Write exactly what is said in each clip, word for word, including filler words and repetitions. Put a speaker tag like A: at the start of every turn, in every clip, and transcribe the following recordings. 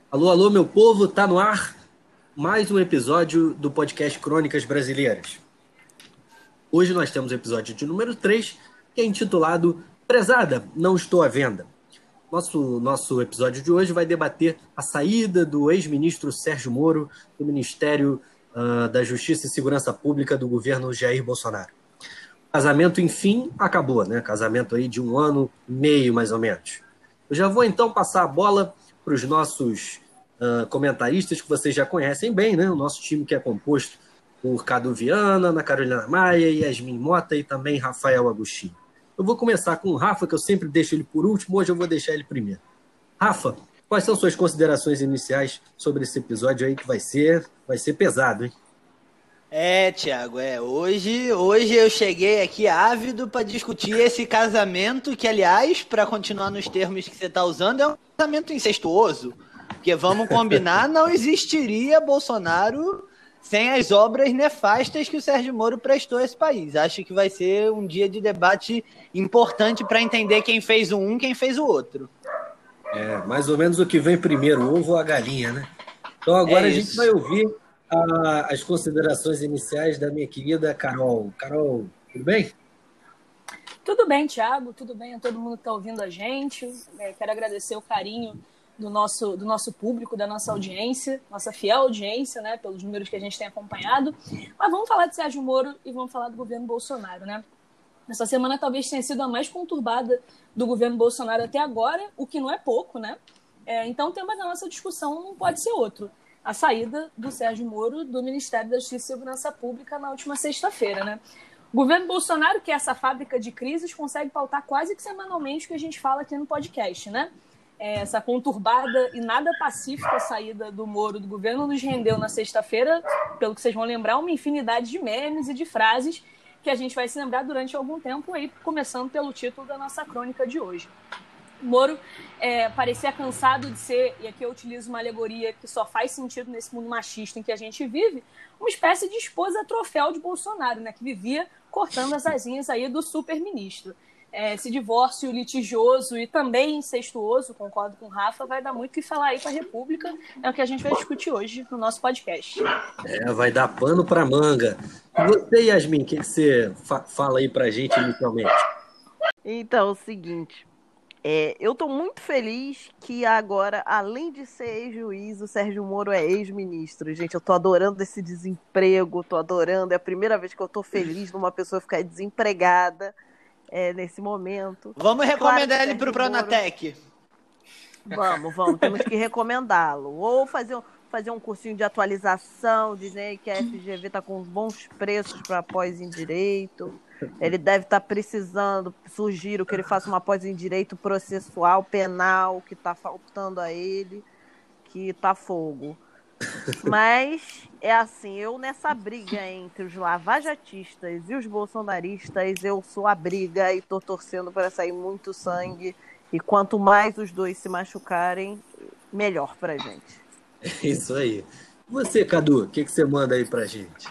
A: Alô, alô, meu povo, tá no ar mais um episódio do podcast Crônicas Brasileiras. Hoje nós temos o episódio de número três, que é intitulado Prezada, não estou à venda. Nosso, nosso episódio de hoje vai debater a saída do ex-ministro Sérgio Moro do Ministério uh, da Justiça e Segurança Pública do governo Jair Bolsonaro. O casamento, enfim, acabou, né? Casamento aí de um ano e meio, mais ou menos. Eu já vou então passar a bola para os nossos uh, comentaristas que vocês já conhecem bem, né? O nosso time que é composto por Cadu Viana, Ana Carolina Maia, Yasmin Mota e também Rafael Agostinho. Eu vou começar com o Rafa, que eu sempre deixo ele por último, hoje eu vou deixar ele primeiro. Rafa, quais são suas considerações iniciais sobre esse episódio aí que vai ser, vai ser pesado, hein?
B: É, Thiago, é. Hoje, hoje eu cheguei aqui ávido para discutir esse casamento, que, aliás, para continuar nos termos que você está usando, é um casamento incestuoso. Porque, vamos combinar, não existiria Bolsonaro sem as obras nefastas que o Sérgio Moro prestou a esse país. Acho que vai ser um dia de debate importante para entender quem fez o um, quem fez o outro.
A: É, mais ou menos o que vem primeiro, o ovo ou a galinha, né? Então agora
B: É
A: a gente vai
B: isso.
A: ouvir a, as considerações iniciais da minha querida Carol. Carol, tudo bem?
C: Tudo bem, Thiago, tudo bem a todo mundo que está ouvindo a gente. É, quero agradecer o carinho do nosso, do nosso público, da nossa audiência, nossa fiel audiência, né, pelos números que a gente tem acompanhado. Mas vamos falar de Sérgio Moro e vamos falar do governo Bolsonaro, né? Essa semana talvez tenha sido a mais conturbada do governo Bolsonaro até agora, o que não é pouco, né? É, então o tema da nossa discussão não pode ser outro. A saída do Sérgio Moro do Ministério da Justiça e Segurança Pública na última sexta-feira, né? O governo Bolsonaro, que é essa fábrica de crises, consegue pautar quase que semanalmente o que a gente fala aqui no podcast, né? É, essa conturbada e nada pacífica saída do Moro do governo nos rendeu na sexta-feira, pelo que vocês vão lembrar, uma infinidade de memes e de frases que a gente vai se lembrar durante algum tempo, aí, começando pelo título da nossa crônica de hoje. Moro é, parecia cansado de ser, e aqui eu utilizo uma alegoria que só faz sentido nesse mundo machista em que a gente vive, uma espécie de esposa troféu de Bolsonaro, né, que vivia cortando as asinhas aí do super-ministro. É, esse divórcio litigioso e também incestuoso, concordo com o Rafa, vai dar muito o que falar aí para a República, é o que a gente vai discutir hoje no nosso podcast.
A: É, vai dar pano para manga. E você, Yasmin, o que, que você fa- fala aí para a gente inicialmente?
D: Então, é o seguinte, é, eu estou muito feliz que agora, além de ser ex-juiz, o Sérgio Moro é ex-ministro. Gente, eu estou adorando esse desemprego, estou adorando, é a primeira vez que eu estou feliz numa pessoa ficar desempregada é, nesse momento.
B: Vamos recomendar
D: Claro que
B: ele para o
D: Sérgio Moro-
B: Pronatec.
D: Vamos, vamos, temos que recomendá-lo. Ou fazer, um- fazer um cursinho de atualização, dizem que a F G V está com bons preços para pós em direito. Ele deve estar precisando, sugiro que ele faça uma pós em direito processual, penal, que está faltando a ele, que está fogo. Mas é assim, eu nessa briga entre os lavajatistas e os bolsonaristas, eu sou a briga e tô torcendo para sair muito sangue. E quanto mais os dois se machucarem, melhor pra gente.
A: É isso aí. Você, Cadu, o que, que você manda aí para a gente?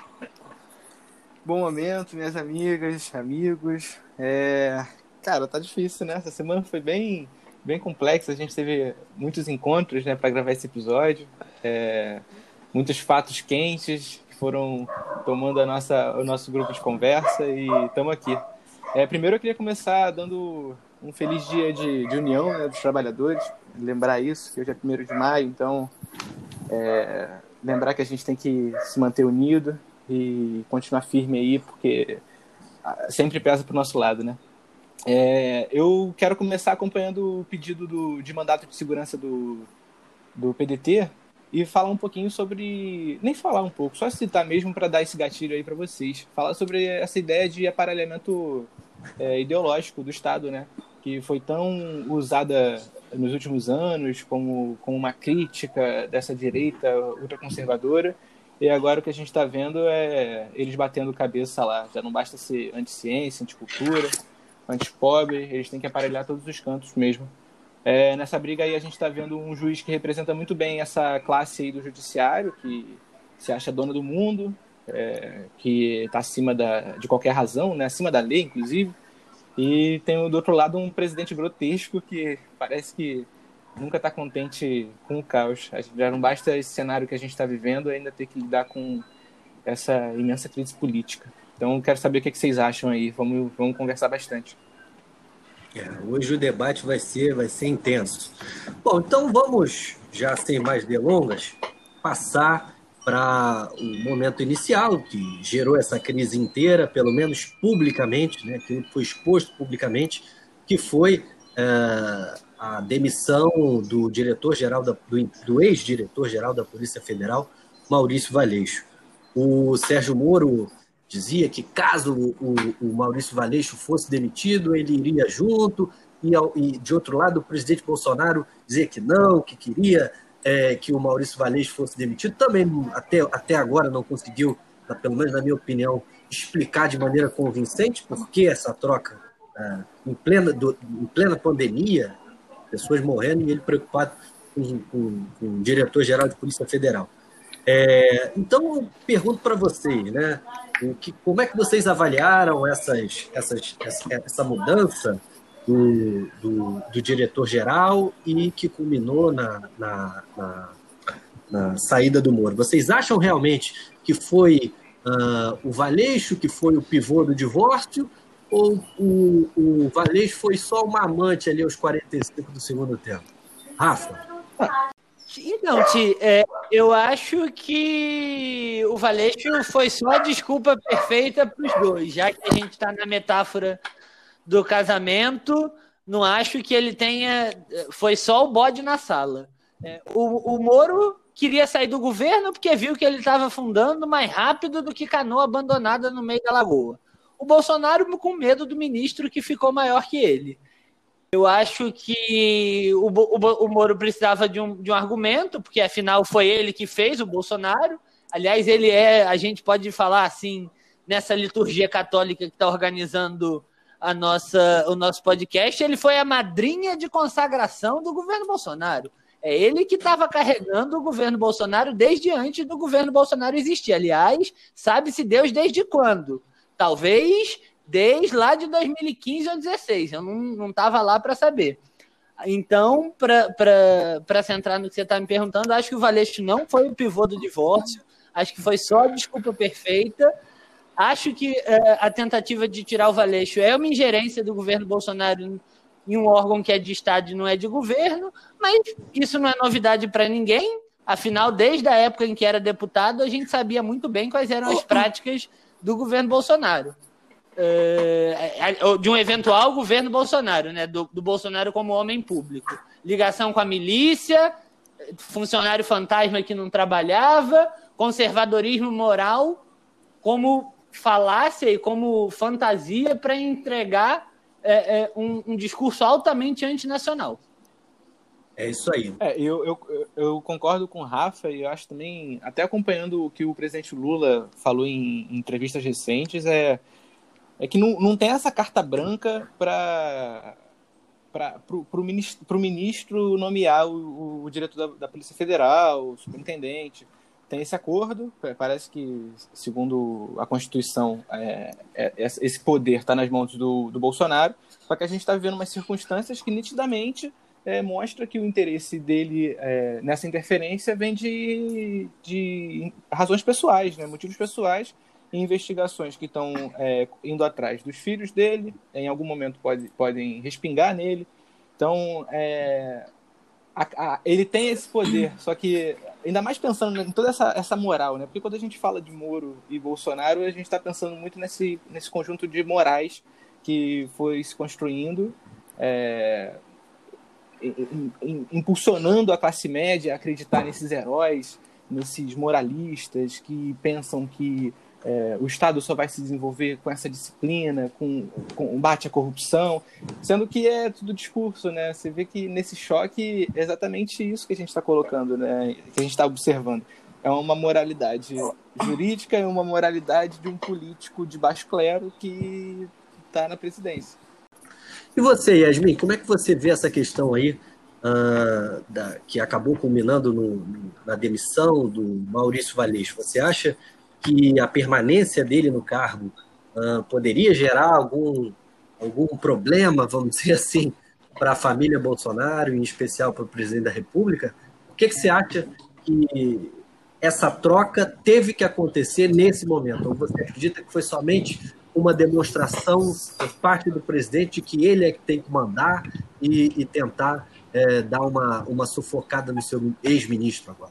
E: Bom momento, minhas amigas, amigos. É... Cara, tá difícil, né? Essa semana foi bem, bem complexa. A gente teve muitos encontros, né, para gravar esse episódio. É... Muitos fatos quentes que foram tomando a nossa, o nosso grupo de conversa e estamos aqui. É, primeiro eu queria começar dando um feliz dia de, de união, né, dos trabalhadores. Lembrar isso, que hoje é primeiro de maio, então é... lembrar que a gente tem que se manter unido e continuar firme aí, porque sempre pesa pro nosso lado, né? É, eu quero começar acompanhando o pedido do, de mandato de segurança do, do P D T e falar um pouquinho sobre... Nem falar um pouco, só citar mesmo para dar esse gatilho aí para vocês. Falar sobre essa ideia de aparelhamento é, ideológico do Estado, né? Que foi tão usada nos últimos anos como, como uma crítica dessa direita ultraconservadora. E agora o que a gente está vendo é eles batendo cabeça lá. Já não basta ser anti-ciência, anticultura, anti-pobre, eles têm que aparelhar todos os cantos mesmo. É, nessa briga aí a gente está vendo um juiz que representa muito bem essa classe aí do judiciário, que se acha dona do mundo, é, que está acima da, de qualquer razão, né? Acima da lei, inclusive. E tem do outro lado um presidente grotesco que parece que nunca está contente com o caos. Já não basta esse cenário que a gente está vivendo, ainda ter que lidar com essa imensa crise política. Então, quero saber o que vocês acham aí. Vamos, vamos conversar bastante.
A: É, hoje o debate vai ser, vai ser intenso. Bom, então vamos, já sem mais delongas, passar para o momento inicial que gerou essa crise inteira, pelo menos publicamente, né, que foi exposto publicamente, que foi uh, a demissão do diretor-geral da, do, do ex-diretor-geral da Polícia Federal, Maurício Valeixo. O Sérgio Moro dizia que caso o, o Maurício Valeixo fosse demitido, ele iria junto, e, e de outro lado o presidente Bolsonaro dizia que não, que queria é, que o Maurício Valeixo fosse demitido. Também até, até agora não conseguiu, pelo menos na minha opinião, explicar de maneira convincente por que essa troca é, em, plena, do, em plena pandemia, pessoas morrendo e ele preocupado com, com, com o diretor-geral de Polícia Federal. É, então, eu pergunto para vocês, né, o que, como é que vocês avaliaram essas, essas, essa, essa mudança do, do, do diretor-geral e que culminou na, na, na, na saída do Moro? Vocês acham realmente que foi uh, o Valeixo que foi o pivô do divórcio ou o, o Valeixo foi só uma amante ali aos quarenta e cinco do segundo tempo? Rafa?
B: Então, Ti, é, eu acho que o Valeixo foi só a desculpa perfeita para os dois, já que a gente está na metáfora do casamento, não acho que ele tenha... Foi só o bode na sala. É, o, o Moro queria sair do governo porque viu que ele estava afundando mais rápido do que canoa abandonada no meio da lagoa. O Bolsonaro com medo do ministro que ficou maior que ele. Eu acho que o, o, o Moro precisava de um, de um argumento, porque afinal foi ele que fez o Bolsonaro. Aliás, ele é, a gente pode falar assim, nessa liturgia católica que está organizando a nossa, o nosso podcast, ele foi a madrinha de consagração do governo Bolsonaro. É ele que estava carregando o governo Bolsonaro desde antes do governo Bolsonaro existir. Aliás, sabe-se Deus desde quando? Talvez... desde lá de dois mil e quinze ou dezesseis, eu não estava lá para saber. Então, para centrar no que você está me perguntando, acho que o Valeixo não foi o pivô do divórcio, acho que foi só a desculpa perfeita, acho que uh, a tentativa de tirar o Valeixo é uma ingerência do governo Bolsonaro em um órgão que é de Estado e não é de governo, mas isso não é novidade para ninguém, afinal, desde a época em que era deputado, a gente sabia muito bem quais eram as práticas do governo Bolsonaro. Uh, de um eventual governo Bolsonaro, né? do, do Bolsonaro como homem público. Ligação com a milícia, funcionário fantasma que não trabalhava, conservadorismo moral como falácia e como fantasia para entregar é, é, um, um discurso altamente antinacional.
A: É isso aí.
E: É, eu, eu, eu concordo com o Rafa e eu acho também, até acompanhando o que o presidente Lula falou em, em entrevistas recentes, é É que não, não tem essa carta branca para o ministro, ministro nomear o, o diretor da, da Polícia Federal, o superintendente. Tem esse acordo, parece que, segundo a Constituição, é, é, esse poder está nas mãos do, do Bolsonaro, só que a gente está vivendo umas circunstâncias que nitidamente é, mostra que o interesse dele é, nessa interferência vem de, de razões pessoais, né, motivos pessoais, investigações que estão é, indo atrás dos filhos dele, em algum momento pode, podem respingar nele. Então, é, a, a, ele tem esse poder, só que, ainda mais pensando em toda essa, essa moral, né? Porque quando a gente fala de Moro e Bolsonaro, a gente está pensando muito nesse, nesse conjunto de morais que foi se construindo, é, impulsionando a classe média a acreditar nesses heróis, nesses moralistas que pensam que É, o Estado só vai se desenvolver com essa disciplina, com combate à corrupção, sendo que é tudo discurso, né? Você vê que nesse choque é exatamente isso que a gente está colocando, né? Que a gente está observando. É uma moralidade jurídica e uma moralidade de um político de baixo clero que está na presidência.
A: E você, Yasmin, como é que você vê essa questão aí, uh, da, que acabou culminando no, no, na demissão do Maurício Valeixo? Você acha que a permanência dele no cargo uh, poderia gerar algum, algum problema, vamos dizer assim, para a família Bolsonaro, em especial para o presidente da República. O que, que você acha que essa troca teve que acontecer nesse momento? Ou você acredita que foi somente uma demonstração por parte do presidente de que ele é que tem que mandar e, e tentar é, dar uma, uma sufocada no seu ex-ministro agora?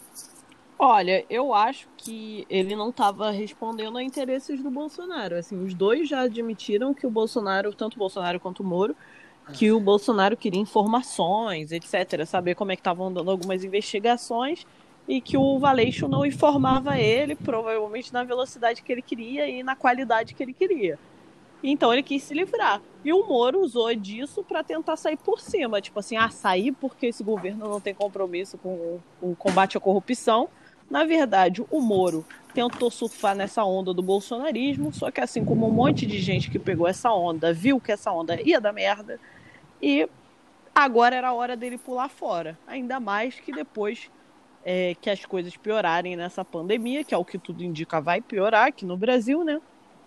D: Olha, eu acho que ele não estava respondendo a interesses do Bolsonaro. Assim, os dois já admitiram que o Bolsonaro, tanto o Bolsonaro quanto o Moro, que o Bolsonaro queria informações, etcétera, saber como é que estavam dando algumas investigações e que o Valeixo não informava ele, provavelmente na velocidade que ele queria e na qualidade que ele queria. Então ele quis se livrar. E o Moro usou disso para tentar sair por cima. Tipo assim, ah, sair porque esse governo não tem compromisso com o combate à corrupção. Na verdade, o Moro tentou surfar nessa onda do bolsonarismo, só que assim como um monte de gente que pegou essa onda, viu que essa onda ia dar merda, e agora era a hora dele pular fora. Ainda mais que depois é, que as coisas piorarem nessa pandemia, que é o que tudo indica vai piorar aqui no Brasil, né?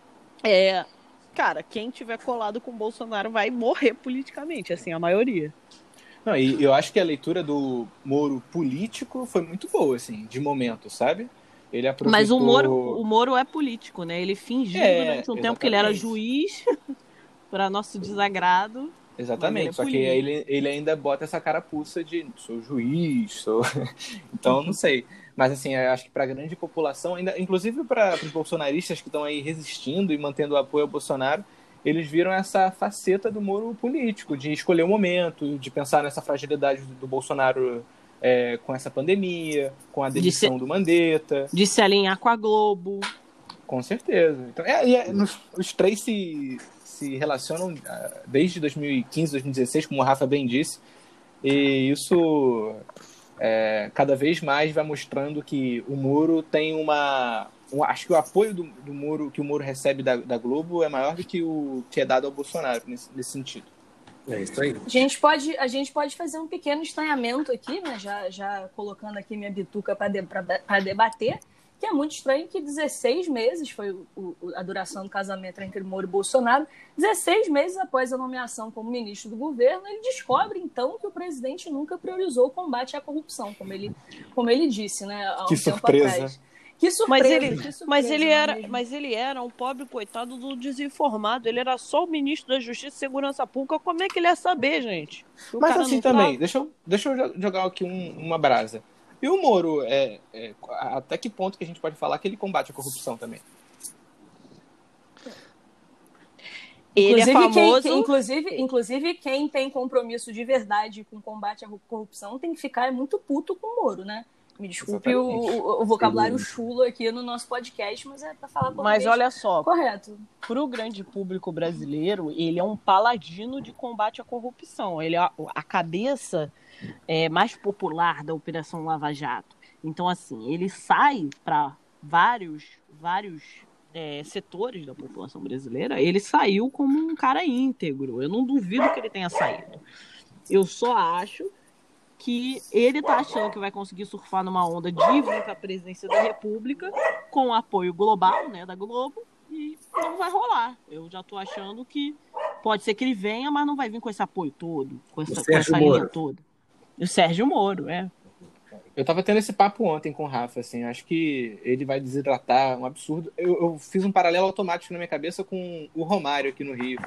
D: É, cara, quem tiver colado com o Bolsonaro vai morrer politicamente, assim, a maioria.
E: Não, e eu acho que a leitura do Moro político foi muito boa, assim, de momento, sabe? Ele aproveitou...
D: Mas o Moro, o Moro é político, né? Ele fingiu é, durante um exatamente. tempo que ele era juiz, para nosso desagrado.
E: Exatamente,
D: é
E: só que ele, ele ainda bota essa carapuça de sou juiz, sou... Então, não sei. Mas, assim, eu acho que para a grande população, ainda, inclusive para os bolsonaristas que estão aí resistindo e mantendo o apoio ao Bolsonaro, eles viram essa faceta do Moro político, de escolher o momento, de pensar nessa fragilidade do, do Bolsonaro é, com essa pandemia, com a demissão de se, do Mandetta.
D: De se alinhar com a Globo.
E: Com certeza. Então, é, é, nos, os três se, se relacionam desde dois mil e quinze, dois mil e dezesseis, como o Rafa bem disse, e isso é, cada vez mais vai mostrando que o Moro tem uma... Acho que o apoio do, do Moro, que o Moro recebe da, da Globo é maior do que o que é dado ao Bolsonaro, nesse, nesse sentido.
A: É isso aí.
C: A gente pode, a gente pode fazer um pequeno estranhamento aqui, né? Já, já colocando aqui minha bituca para de, debater, que é muito estranho que dezesseis meses foi o, o, a duração do casamento entre Moro e Bolsonaro. dezesseis meses após a nomeação como ministro do governo, ele descobre, então, que o presidente nunca priorizou o combate à corrupção, como ele, como ele disse, né? Há um
E: que
C: tempo
E: surpresa.
C: atrás. Que surpresa,
D: mas ele,
C: que surpresa,
D: mas ele era, mas ele era um pobre coitado do desinformado. Ele era só o ministro da Justiça e Segurança Pública. Como é que ele ia saber, gente? O
E: mas assim também, tá... deixa, eu, deixa eu jogar aqui um, uma brasa. E o Moro, é, é, até que ponto que a gente pode falar que ele combate a corrupção também?
C: Ele inclusive, é famoso... Quem, inclusive, inclusive, quem tem compromisso de verdade com o combate à corrupção tem que ficar muito puto com o Moro, né? Me desculpe o, o, o vocabulário chulo aqui no nosso podcast, mas é para falar português.
D: Mas olha só,
C: correto.
D: Para o grande público brasileiro, ele é um paladino de combate à corrupção. Ele é a, a cabeça é, mais popular da Operação Lava Jato. Então, assim, ele sai para vários, vários é, setores da população brasileira. Ele saiu como um cara íntegro. Eu não duvido que ele tenha saído. Eu só acho... que ele tá achando que vai conseguir surfar numa onda de vir para a presidência da República com o apoio global, né, da Globo, e não vai rolar. Eu já tô achando que pode ser que ele venha, mas não vai vir com esse apoio todo, com essa, com essa linha toda. O Sérgio Moro, é.
E: Eu tava tendo esse papo ontem com o Rafa, assim, acho que ele vai desidratar, um absurdo. Eu, eu fiz um paralelo automático na minha cabeça com o Romário aqui no Rio.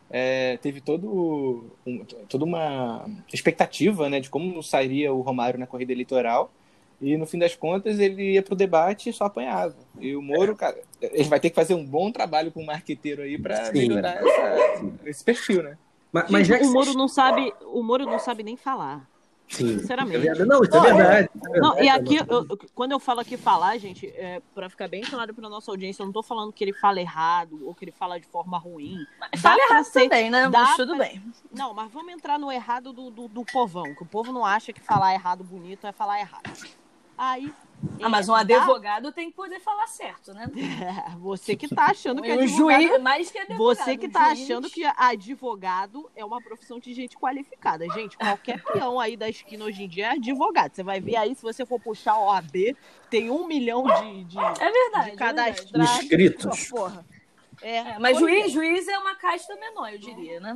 E: É, teve todo, um, toda uma expectativa, né, de como sairia o Romário na corrida eleitoral, e no fim das contas ele ia pro debate e só apanhava. E o Moro, cara, ele vai ter que fazer um bom trabalho com o marqueteiro aí para melhorar essa, esse perfil, né?
D: Mas, mas já o Moro não sabe, o Moro não sabe nem falar.
A: Sim.
D: Sinceramente.
A: É não, isso é verdade. É
D: não,
A: verdade.
D: E aqui, eu, quando eu falo aqui falar, gente, é, para ficar bem claro para nossa audiência, eu não tô falando que ele fala errado ou que ele fala de forma ruim.
C: Mas fala errado ser, também, né? Mas tudo
D: pra...
C: bem.
D: Não, mas vamos entrar no errado do, do, do povão, que o povo não acha que falar errado bonito é falar errado. Aí...
C: Ah, mas um advogado tem que poder falar certo, né?
D: Você que tá achando que
C: o
D: advogado...
C: juiz, mais que advogado.
D: Você que tá
C: juiz...
D: achando que advogado é uma profissão de gente qualificada. Gente, qualquer peão aí da esquina hoje em dia é advogado. Você vai ver aí, se você for puxar o O A B, tem um milhão de, de,
C: é verdade,
D: de cadastrados.
A: Inscritos.
D: Oh, porra. É,
C: é, mas juiz, é. juiz é uma casta menor, eu diria, né?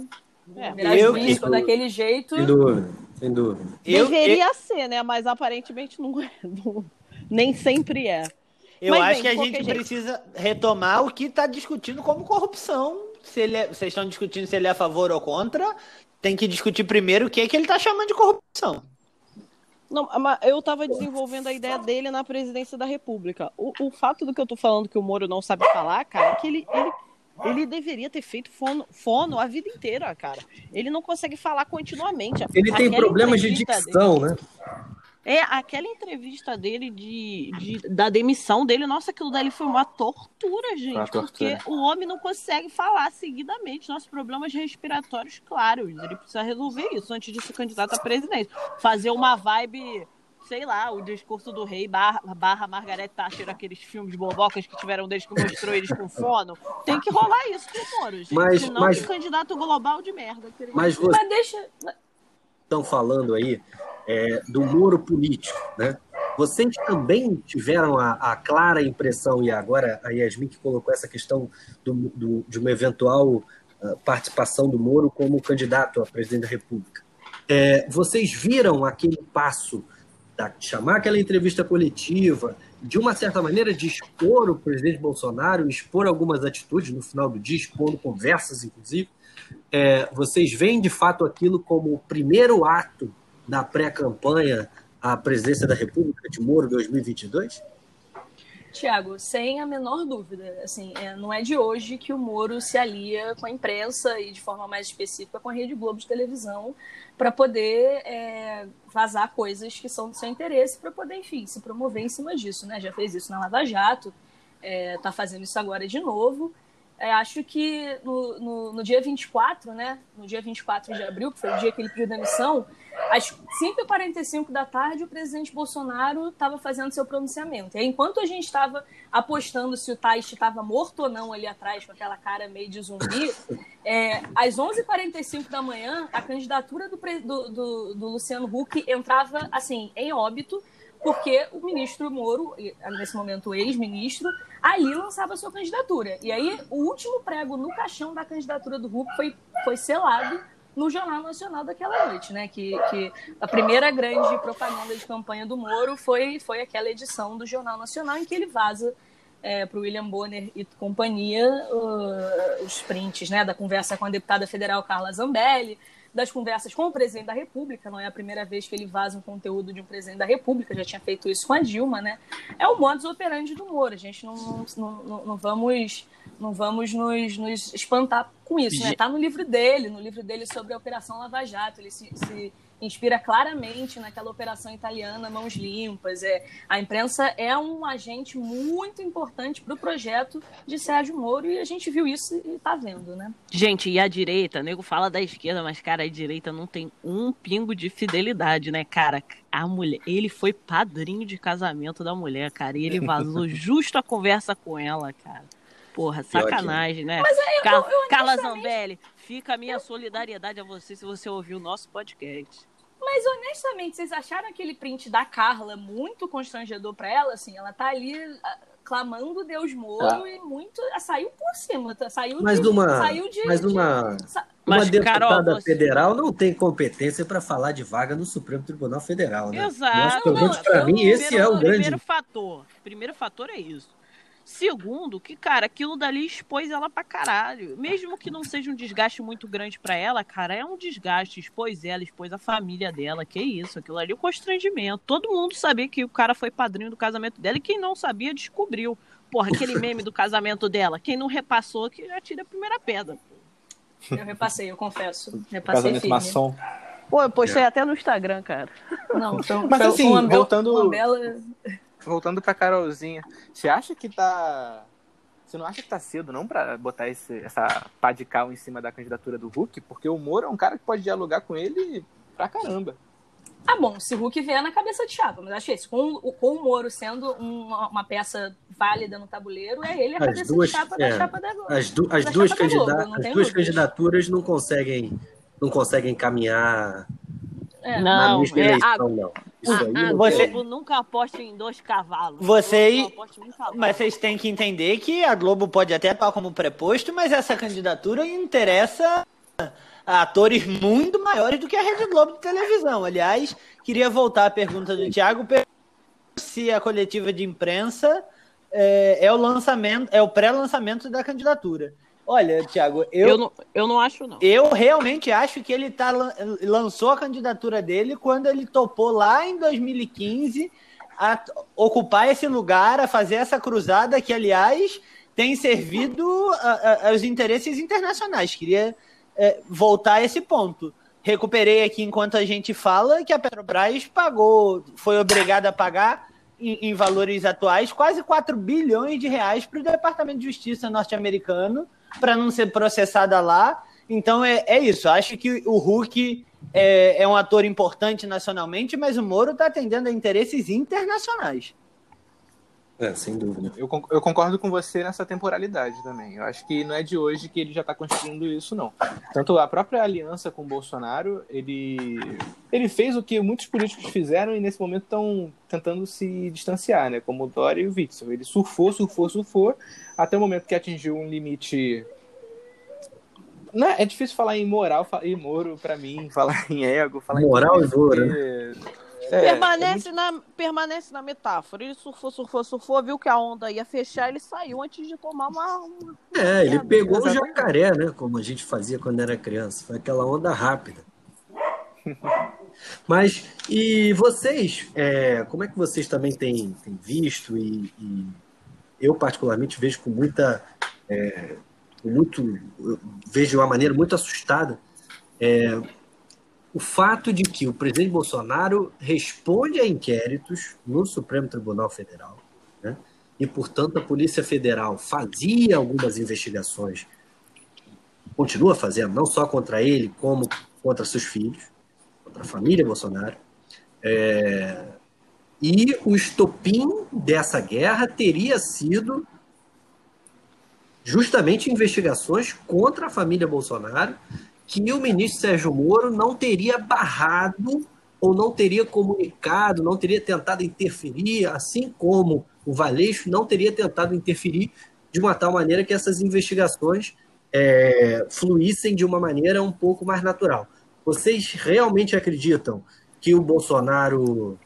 D: É,
C: Virar
B: eu
C: juiz
B: que-
C: ficou daquele jeito.
A: Sem dúvida, sem dúvida.
B: Eu,
D: Deveria
B: eu,
D: ser, né? Mas aparentemente não é. Não- nem sempre é.
B: eu
D: Mas,
B: acho
D: bem,
B: que a
D: de
B: gente
D: qualquer jeito.
B: precisa retomar o que está discutindo como corrupção. Se ele é- vocês estão discutindo se ele é a favor ou contra, tem que discutir primeiro o que é que ele está chamando de corrupção.
D: Não, mas eu estava desenvolvendo a ideia dele na presidência da República. O, o fato do que eu tô falando que o Moro não sabe falar, cara, é que ele, ele, ele deveria ter feito fono, fono a vida inteira, cara. Ele não consegue falar continuamente.
A: Ele tem
D: Aquela
A: problemas de
D: entrevista
A: dicção, né?
D: É, aquela entrevista dele de, de- da demissão dele, nossa, aquilo dali foi uma tortura, gente.
E: Uma tortura.
D: Porque o homem não consegue falar seguidamente. Nossos problemas respiratórios, claros. Ele precisa resolver isso antes de ser candidato à presidência. Fazer uma vibe, sei lá, o discurso do rei barra, barra Margaret Thatcher, aqueles filmes bobocas que tiveram desde que mostrou eles com fono. Tem que rolar isso com o Moro, gente.
A: Mas-
D: Senão
A: mas-
D: que candidato global de merda. que ele vai
A: Mas
D: ser.
A: vocês
C: Mas deixa.
A: estão falando aí é, do Moro político, né? Vocês também tiveram a, a clara impressão, e agora a Yasmin que colocou essa questão do, do- de uma eventual uh, participação do Moro como candidato a presidente da República. É, vocês viram aquele passo da, de chamar aquela entrevista coletiva, de uma certa maneira de expor o presidente Bolsonaro, expor algumas atitudes no final do dia, expondo conversas, inclusive. É, vocês veem de fato aquilo como o primeiro ato da pré-campanha à presidência da República de Moro dois mil e vinte e dois?
C: Tiago, sem a menor dúvida, assim, é, não é de hoje que o Moro se alia com a imprensa e de forma mais específica com a Rede Globo de televisão para poder é, vazar coisas que são do seu interesse para poder, enfim, se promover em cima disso, né? Já fez isso na Lava Jato, está fazendo isso agora de novo. É, acho que no, no, no dia vinte e quatro, né? No dia vinte e quatro de abril, que foi o dia que ele pediu demissão, às cinco e quarenta e cinco da tarde, o presidente Bolsonaro estava fazendo seu pronunciamento. E aí, enquanto a gente estava apostando se o Taish estava morto ou não ali atrás, com aquela cara meio de zumbi, é, às onze e quarenta e cinco da manhã, a candidatura do, do, do, do Luciano Huck entrava, assim, em óbito, porque o ministro Moro, nesse momento o ex-ministro, ali lançava sua candidatura. E aí, o último prego no caixão da candidatura do Huck foi, foi selado no Jornal Nacional daquela noite, né? Que, que a primeira grande propaganda de campanha do Moro foi, foi aquela edição do Jornal Nacional em que ele vaza é, para o William Bonner e companhia uh, os prints, né, da conversa com a deputada federal Carla Zambelli, das conversas com o presidente da República. Não é a primeira vez que ele vaza um conteúdo de um presidente da República, já tinha feito isso com a Dilma, né? É o modus operandi do Moro, a gente não, não, não, não vamos, não vamos nos, nos espantar com isso, né? Tá no livro dele, no livro dele sobre a Operação Lava Jato, ele se, se inspira claramente naquela operação italiana Mãos Limpas. É, a imprensa é um agente muito importante para o projeto de Sérgio Moro e a gente viu isso e está vendo, né?
D: Gente, e a direita, o nego fala da esquerda, mas, cara, a direita não tem um pingo de fidelidade, né, cara? A mulher, ele foi padrinho de casamento da mulher, cara, e ele vazou justo a conversa com ela, cara. Porra, sacanagem, né?
C: Mas eu,
D: Car-
C: eu, eu,
D: Carla
C: honestamente-
D: Zambelli, fica a minha solidariedade a você se você ouvir o nosso podcast.
C: Mas, honestamente, vocês acharam aquele print da Carla muito constrangedor pra ela? Assim, ela tá ali ah, clamando Deus Moro
E: Ah.
C: e muito... ah, Saiu por cima, tá? Saiu
A: Mas
C: de...
A: uma,
C: saiu de,
A: mas
C: de-
A: uma,
C: sa-
A: uma
D: Mas,
A: deputada
D: Carol, você-
A: federal não tem competência para falar de vaga no Supremo Tribunal Federal, né?
D: Exato.
A: Eu acho que, pelo
C: Não,
A: menos
C: não,
A: para
C: eu-
A: mim, esse
D: Primeiro-
A: é o grande...
D: Primeiro fator. Primeiro fator é isso. Segundo, que, cara, aquilo dali expôs ela pra caralho. Mesmo que não seja um desgaste muito grande pra ela, cara, é um desgaste. Expôs ela, expôs a família dela. Que isso, aquilo ali é um constrangimento. Todo mundo sabia que o cara foi padrinho do casamento dela e quem não sabia descobriu. Porra, aquele meme do casamento dela. Quem não repassou, que já tira a primeira pedra.
C: Eu repassei, eu confesso. Repassei
E: Casamento
C: firme.
E: maçom.
D: Pô, eu postei até no Instagram, cara.
C: Não, então,
E: Mas,
C: foi-
E: assim,
C: foi uma bela-
E: voltando-
C: uma bela...
E: Voltando pra Carolzinha, você acha que tá... Você não acha que tá cedo, não, pra botar esse, essa pá de cal em cima da candidatura do Huck? Porque o Moro é um cara que pode dialogar com ele pra caramba.
C: Ah, bom, se o Huck vier na cabeça de chapa, mas acho que esse, com, o- com o Moro sendo uma, uma peça válida no tabuleiro, é ele a
A: As
C: cabeça
A: duas-
C: de chapa
A: é,
C: da chapa da Globo.
A: As, du- as
C: Da
A: duas,
C: chapa da Globo,
A: candida-
C: não
A: as
C: tem
A: duas
C: dúvidas.
A: candidaturas não conseguem, não conseguem caminhar
C: É.
A: na
D: Não,
A: mesma
D: é,
A: eleição, não. Isso aí
D: A, a
A: não
B: Você-
A: tem.
D: Globo nunca aposta em dois cavalos.
B: Você-
D: A Globo só aposta em um cavalo.
B: Mas vocês têm que entender que a Globo pode até atuar como preposto, mas essa candidatura interessa atores muito maiores do que a Rede Globo de televisão. Aliás, queria voltar à pergunta do Thiago, se a coletiva de imprensa é, é o lançamento, é o pré-lançamento da candidatura. Olha, Thiago, eu,
D: Eu não, eu não acho, não.
B: eu realmente acho que ele tá, lançou a candidatura dele quando ele topou lá em dois mil e quinze a ocupar esse lugar, a fazer essa cruzada que, aliás, tem servido a, a, aos interesses internacionais. Queria é, voltar a esse ponto. Recuperei aqui enquanto a gente fala que a Petrobras pagou, foi obrigada a pagar em, em valores atuais quase quatro bilhões de reais para o Departamento de Justiça norte-americano para não ser processada lá. Então é, é isso. Acho que o Huck é, é um ator importante nacionalmente, mas o Moro está atendendo a interesses internacionais.
A: É, sem dúvida.
E: Eu, eu concordo com você nessa temporalidade também. Eu acho que não é de hoje que ele já está construindo isso, não. Tanto a própria aliança com o Bolsonaro, ele, ele fez o que muitos políticos fizeram e nesse momento estão tentando se distanciar, né? Como o Dória e o Witzel. Ele surfou, surfou, surfou, até o momento que atingiu um limite... Não, é difícil falar em moral e Moro, para mim, falar em ego, falar
A: moral
E: em...
A: e Moro,
E: porque...
D: É, permanece, é muito... na, permanece na metáfora. Ele surfou, surfou, surfou, viu que a onda ia fechar, ele saiu antes de tomar uma... uma...
A: É, ele pegou o jacaré, né? Como a gente fazia quando era criança. Foi aquela onda rápida. Mas, e vocês, é, como é que vocês também têm, têm visto e, e eu particularmente vejo com muita... É, com muito, vejo de uma maneira muito assustada é, o fato de que o presidente Bolsonaro responde a inquéritos no Supremo Tribunal Federal, né? E, portanto, a Polícia Federal fazia algumas investigações, continua fazendo, não só contra ele, como contra seus filhos, contra a família Bolsonaro. É, e o estopim dessa guerra teria sido justamente investigações contra a família Bolsonaro, que o ministro Sérgio Moro não teria barrado ou não teria comunicado, não teria tentado interferir, assim como o Valeixo não teria tentado interferir de uma tal maneira que essas investigações é, fluíssem de uma maneira um pouco mais natural. Vocês realmente acreditam que o Bolsonaro,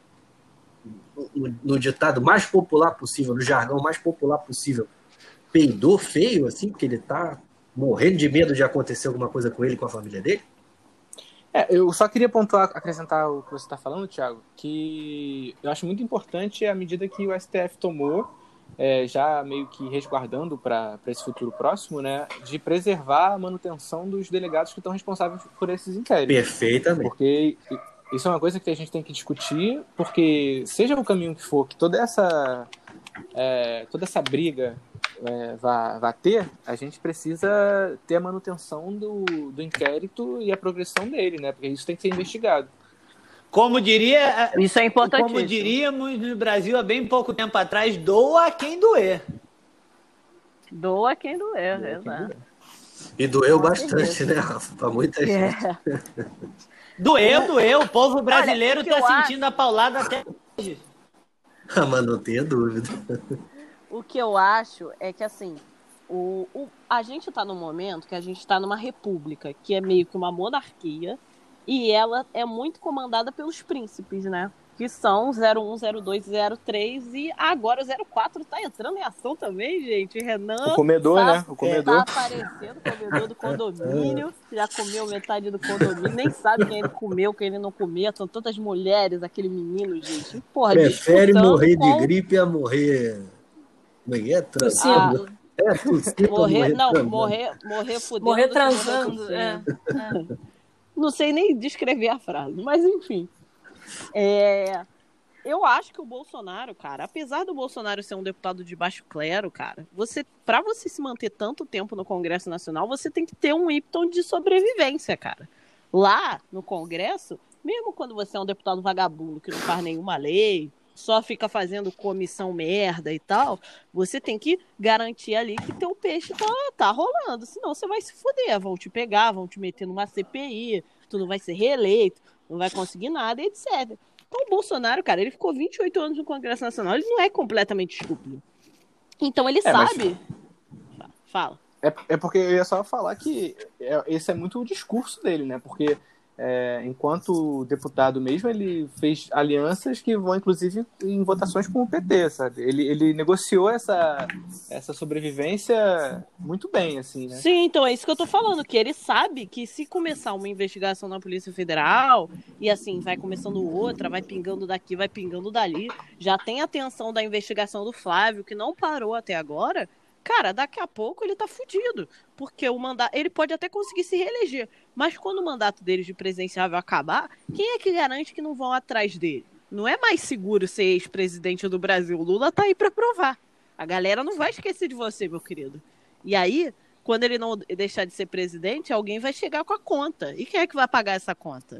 A: no, no ditado mais popular possível, no jargão mais popular possível, peidou feio, assim, porque ele está morrendo de medo de acontecer alguma coisa com ele e com a família dele?
E: É, eu só queria pontuar, acrescentar o que você está falando, Thiago, que eu acho muito importante a medida que o S T F tomou, é, já meio que resguardando para esse futuro próximo, né, de preservar a manutenção dos delegados que estão responsáveis por esses inquéritos.
A: Perfeitamente.
E: Porque isso é uma coisa que a gente tem que discutir, porque seja o caminho que for, que toda essa, é, toda essa briga É, vá, vá ter, a gente precisa ter a manutenção do, do inquérito e a progressão dele, né? Porque isso tem que ser investigado.
B: Como diria,
D: isso é importantíssimo.
B: Como diríamos no Brasil há bem pouco tempo atrás, doa quem doer.
D: Doa quem doer, doa exato. Quem doer.
A: E doeu bastante, né, Rafa? Para muita gente. É.
B: Doeu, doeu. O povo brasileiro está sentindo acho... a paulada até hoje.
A: Ah, mas não tenha dúvida.
D: O que eu acho é que, assim, o, o, a gente está num momento que a gente está numa república, que é meio que uma monarquia, e ela é muito comandada pelos príncipes, né? Que são zero um, zero dois, zero três, e agora o zero quatro está entrando em ação também, gente. Renan...
E: O comedor, tá, né? O comedor.
D: Tá aparecendo, o comedor do condomínio, já comeu metade do condomínio, nem sabe quem ele comeu, quem ele não comeu, são tantas mulheres, aquele menino, gente. Porra,
A: prefere morrer com... de gripe a morrer... É,
C: tossindo.
A: Ah, é, tossindo.
D: Morrer, morrer, não, morrer, morrer fudendo.
C: Morrer transando. É.
D: É. Não sei nem descrever a frase, mas enfim. É, eu acho que o Bolsonaro, cara, apesar do Bolsonaro ser um deputado de baixo clero, cara, você, pra você se manter tanto tempo no Congresso Nacional, você tem que ter um ímpeto de sobrevivência, cara. Lá no Congresso, mesmo quando você é um deputado vagabundo que não faz nenhuma lei, só fica fazendo comissão merda e tal, você tem que garantir ali que teu peixe tá, tá rolando, senão você vai se fuder, vão te pegar, vão te meter numa C P I, tu não vai ser reeleito, não vai conseguir nada, etcétera. Então o Bolsonaro, cara, ele ficou vinte e oito anos no Congresso Nacional, ele não é completamente estúpido. Então ele é, sabe... Mas... Fala.
E: É, é porque eu ia só falar que é, esse é muito o discurso dele, né? Porque é, enquanto deputado mesmo, ele fez alianças que vão, inclusive, em votações com o P T, sabe? Ele, ele negociou essa, essa sobrevivência muito bem, assim, né?
F: Sim, então é isso que eu tô falando, que ele sabe que se começar uma investigação na Polícia Federal, e assim, vai começando outra, vai pingando daqui, vai pingando dali, já tem a atenção da investigação do Flávio, que não parou até agora, cara, daqui a pouco ele tá fudido, porque o mandato, ele pode até conseguir se reeleger, mas quando o mandato dele de presidenciável acabar, quem é que garante que não vão atrás dele? Não é mais seguro ser ex-presidente do Brasil, o Lula tá aí pra provar. A galera não vai esquecer de você, meu querido. E aí, quando ele não deixar de ser presidente, alguém vai chegar com a conta. E quem é que vai pagar essa conta?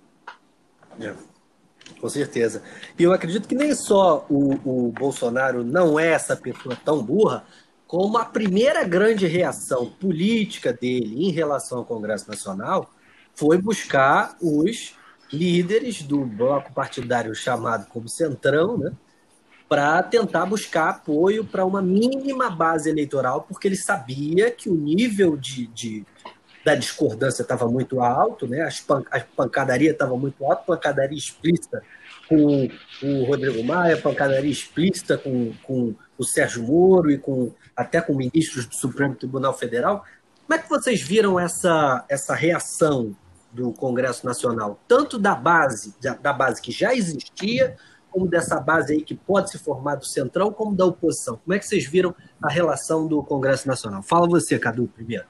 A: É, com certeza. E eu acredito que nem só o, o Bolsonaro não é essa pessoa tão burra, como a primeira grande reação política dele em relação ao Congresso Nacional foi buscar os líderes do bloco partidário chamado como Centrão, né, para tentar buscar apoio para uma mínima base eleitoral, porque ele sabia que o nível de, de, da discordância estava muito alto, né, as pan, a pancadaria estava muito alta, pancadaria explícita com o Rodrigo Maia, pancadaria explícita com, com o Sérgio Moro e com, até com ministros do Supremo Tribunal Federal. Como é que vocês viram essa, essa reação do Congresso Nacional, tanto da base, da base que já existia, como dessa base aí que pode se formar do Centrão, como da oposição? Como é que vocês viram a relação do Congresso Nacional? Fala você, Cadu, primeiro.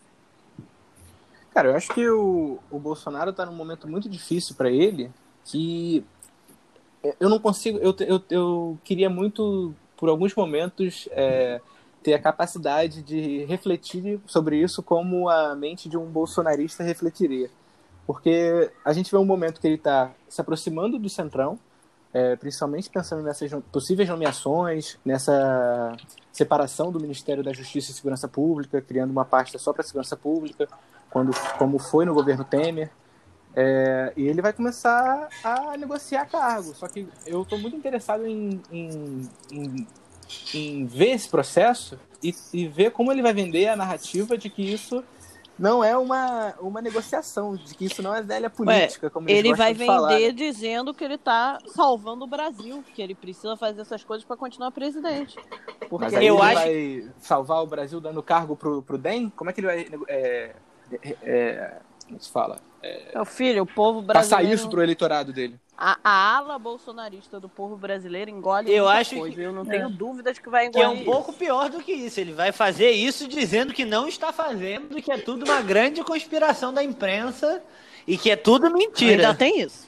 E: Cara, eu acho que o, o Bolsonaro está num momento muito difícil para ele, que eu não consigo... Eu, eu, eu queria muito, por alguns momentos, é, ter a capacidade de refletir sobre isso como a mente de um bolsonarista refletiria. Porque a gente vê um momento que ele está se aproximando do Centrão, É, principalmente pensando nessas possíveis nomeações, nessa separação do Ministério da Justiça e Segurança Pública, criando uma pasta só para a segurança pública, quando, como foi no governo Temer. É, e ele vai começar a negociar cargo. Só que eu estou muito interessado em, em, em, em ver esse processo e, e ver como ele vai vender a narrativa de que isso não é uma, uma negociação, de que isso não é velha política,
F: Ué,
E: como eles
F: ele vai
E: gostam de
F: vender
E: falar, né?
F: dizendo que ele está salvando o Brasil, que ele precisa fazer essas coisas para continuar presidente. Porque
E: Mas aí
B: eu
E: ele
B: acho-
E: vai salvar o Brasil dando cargo pro, pro D E M? Como é que ele vai... É, é, é, como se fala?
F: meu filho, o povo
E: Passar
F: brasileiro...
E: isso pro eleitorado dele.
F: A, a ala bolsonarista do povo brasileiro engole
B: Eu
F: muita
B: acho
F: coisa.
B: que-
F: Eu não
B: é.
F: tenho dúvidas que vai
B: Que é
F: engolir
B: um pouco
F: isso.
B: pior do que isso. Ele vai fazer isso dizendo que não está fazendo, que é tudo uma grande conspiração da imprensa e que é tudo mentira.
F: Ainda tem isso.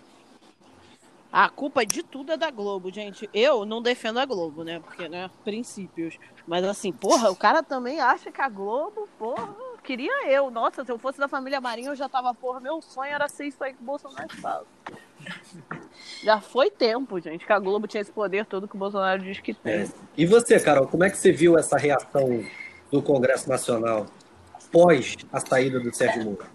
F: A culpa de tudo é da Globo, gente. Eu não defendo a Globo, né? Porque, né, princípios. Mas assim, porra, o cara também acha que a Globo, porra, queria eu. Nossa, se eu fosse da família Marinho, eu já tava, porra, meu sonho era ser isso aí que o Bolsonaro fala. Já foi tempo, gente, que a Globo tinha esse poder todo que o Bolsonaro diz que tem.
A: É. E você, Carol, como é que você viu essa reação do Congresso Nacional pós a saída do Sérgio Moro?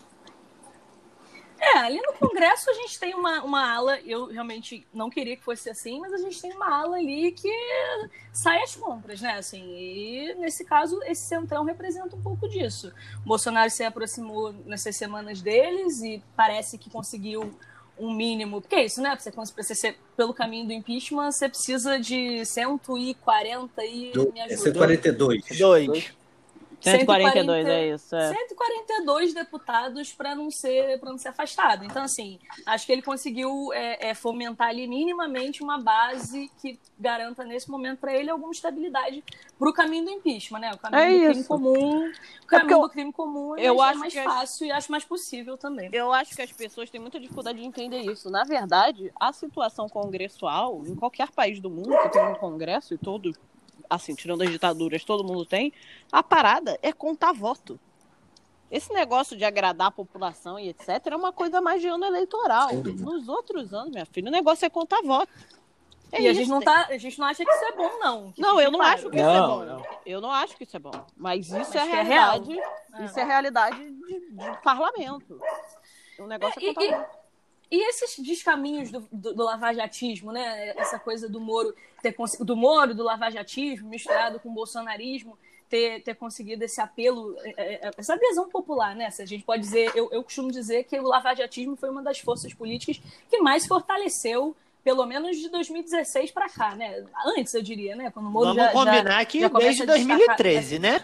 C: É, ali no Congresso a gente tem uma, uma ala, eu realmente não queria que fosse assim, mas a gente tem uma ala ali que sai às compras, né? Assim, e nesse caso, esse Centrão representa um pouco disso. O Bolsonaro se aproximou nessas semanas deles e parece que conseguiu um mínimo. Porque é isso, né? Pra você, pra você ser pelo caminho do impeachment, você precisa de cento e quarenta e
A: Do,
C: me
A: é
C: ajuda.
A: cento e quarenta e dois.
B: Dois.
F: cento e quarenta e dois, é isso. É.
C: cento e quarenta e dois deputados para não ser para não ser afastado. Então, assim, acho que ele conseguiu é, é, fomentar ali minimamente uma base que garanta, nesse momento, para ele alguma estabilidade para o caminho do impeachment, né? O caminho
F: É
C: do crime
F: isso.
C: comum. O
F: É
C: caminho
F: porque eu-
C: do crime comum é
F: eu
C: mais, é
F: acho
C: mais
F: que as-
C: fácil e acho mais possível também.
F: Eu acho que as pessoas têm muita dificuldade de entender isso. Na verdade, a situação congressual, em qualquer país do mundo que tem um congresso, e todo, assim, tirando as ditaduras, todo mundo tem, a parada é contar voto. Esse negócio de agradar a população e etcétera é uma coisa mais de ano eleitoral.
A: Sem dúvida.
F: Nos outros anos, minha filha, o negócio é contar voto. É
C: e a
F: isso.
C: gente, não tá, a gente não acha que isso é bom, não. Que
F: Não,
C: fique
F: eu não
C: claro.
F: acho que isso é
E: Não,
F: bom.
E: não.
F: Eu não acho que isso é bom. Mas isso
C: Mas
F: é a
C: que é real.
F: realidade.
C: É.
F: Isso é a realidade de, de parlamento. O negócio é,
C: É, e-
F: contar
C: e-
F: voto.
C: E esses descaminhos do, do, do lavajatismo, né? Essa coisa do Moro, ter cons... do Moro, do lavajatismo, misturado com o bolsonarismo, ter, ter conseguido esse apelo, essa adesão popular, né? Se a gente pode dizer, eu, eu costumo dizer que o lavajatismo foi uma das forças políticas que mais fortaleceu, pelo menos de dois mil e dezesseis para cá, né? Antes, eu diria, né? Quando o Moro
B: Vamos
C: já,
B: combinar
C: já,
B: que
C: já
B: desde dois mil e treze, né?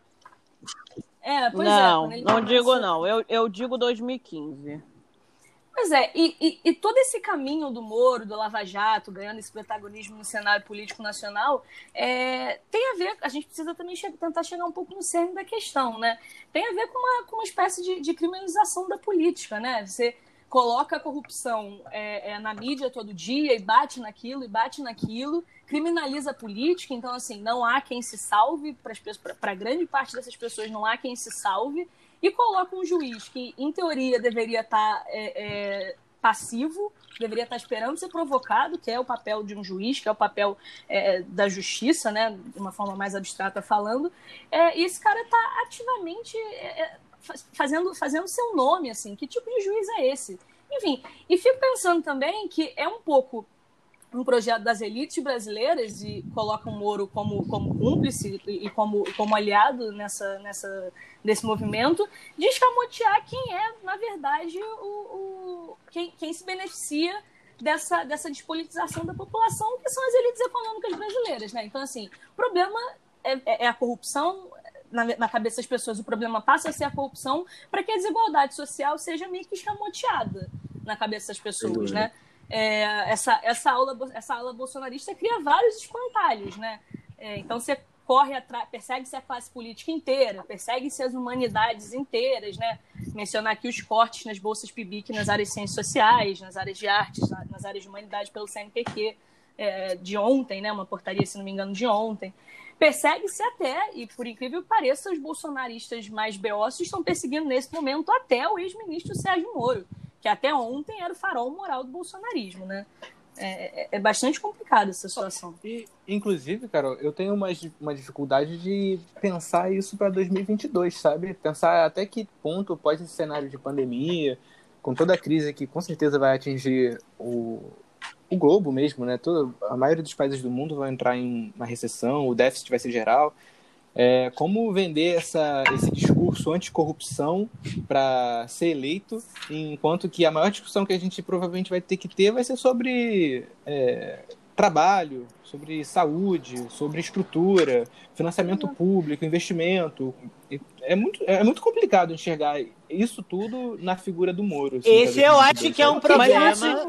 C: É, pois
F: não,
C: é.
F: não digo não. Eu, eu digo dois mil e quinze.
C: Pois é, e, e, e todo esse caminho do Moro, do Lava Jato, ganhando esse protagonismo no cenário político nacional, é, tem a ver, a gente precisa também che- tentar chegar um pouco no cerne da questão, né? Tem a ver com uma, com uma espécie de, de criminalização da política, né? Você coloca a corrupção é, é, na mídia todo dia e bate naquilo, e bate naquilo, criminaliza a política, então, assim, não há quem se salve, para grande parte dessas pessoas não há quem se salve, e coloca um juiz que, em teoria, deveria estar é, é, passivo, deveria estar esperando ser provocado, que é o papel de um juiz, que é o papel é, da justiça, né, de uma forma mais abstrata falando, é, e esse cara está ativamente é, fazendo, fazendo seu nome, assim, que tipo de juiz é esse? Enfim, e fico pensando também que é um pouco um projeto das elites brasileiras e coloca o Moro como, como cúmplice e como, como aliado nessa, nessa, nesse movimento, de escamotear quem é, na verdade, o, o, quem, quem se beneficia dessa, dessa despolitização da população, que são as elites econômicas brasileiras, né? Então, assim, o problema é, é a corrupção. Na, na cabeça das pessoas, o problema passa a ser a corrupção para que a desigualdade social seja meio que escamoteada na cabeça das pessoas, né? É, essa, essa, aula, essa aula bolsonarista cria vários espantalhos, né? É, então você corre atrás, persegue-se a classe política inteira, persegue-se as humanidades inteiras, né? Mencionar aqui os cortes nas bolsas P I B I C nas áreas de ciências sociais, nas áreas de artes, nas áreas de humanidade pelo C N P Q é, de ontem, né? Uma portaria, se não me engano, de ontem. Persegue-se até, e por incrível que pareça, os bolsonaristas mais beossos estão perseguindo nesse momento até o ex-ministro Sérgio Moro, que até ontem era o farol moral do bolsonarismo, né? É, é bastante complicada essa situação.
E: E, inclusive, Carol, eu tenho uma, uma dificuldade de pensar isso para dois mil e vinte e dois, sabe? Pensar até que ponto, pós esse cenário de pandemia, com toda a crise que com certeza vai atingir o, o globo mesmo, né? Todo, a maioria dos países do mundo vai entrar em uma recessão, o déficit vai ser geral. É, como vender essa, esse discurso anticorrupção para ser eleito, enquanto que a maior discussão que a gente provavelmente vai ter que ter vai ser sobre é, trabalho, sobre saúde, sobre estrutura, financiamento público, investimento. É muito, é muito complicado enxergar isso tudo na figura do Moro. Assim,
B: Esse eu acho que é um problema.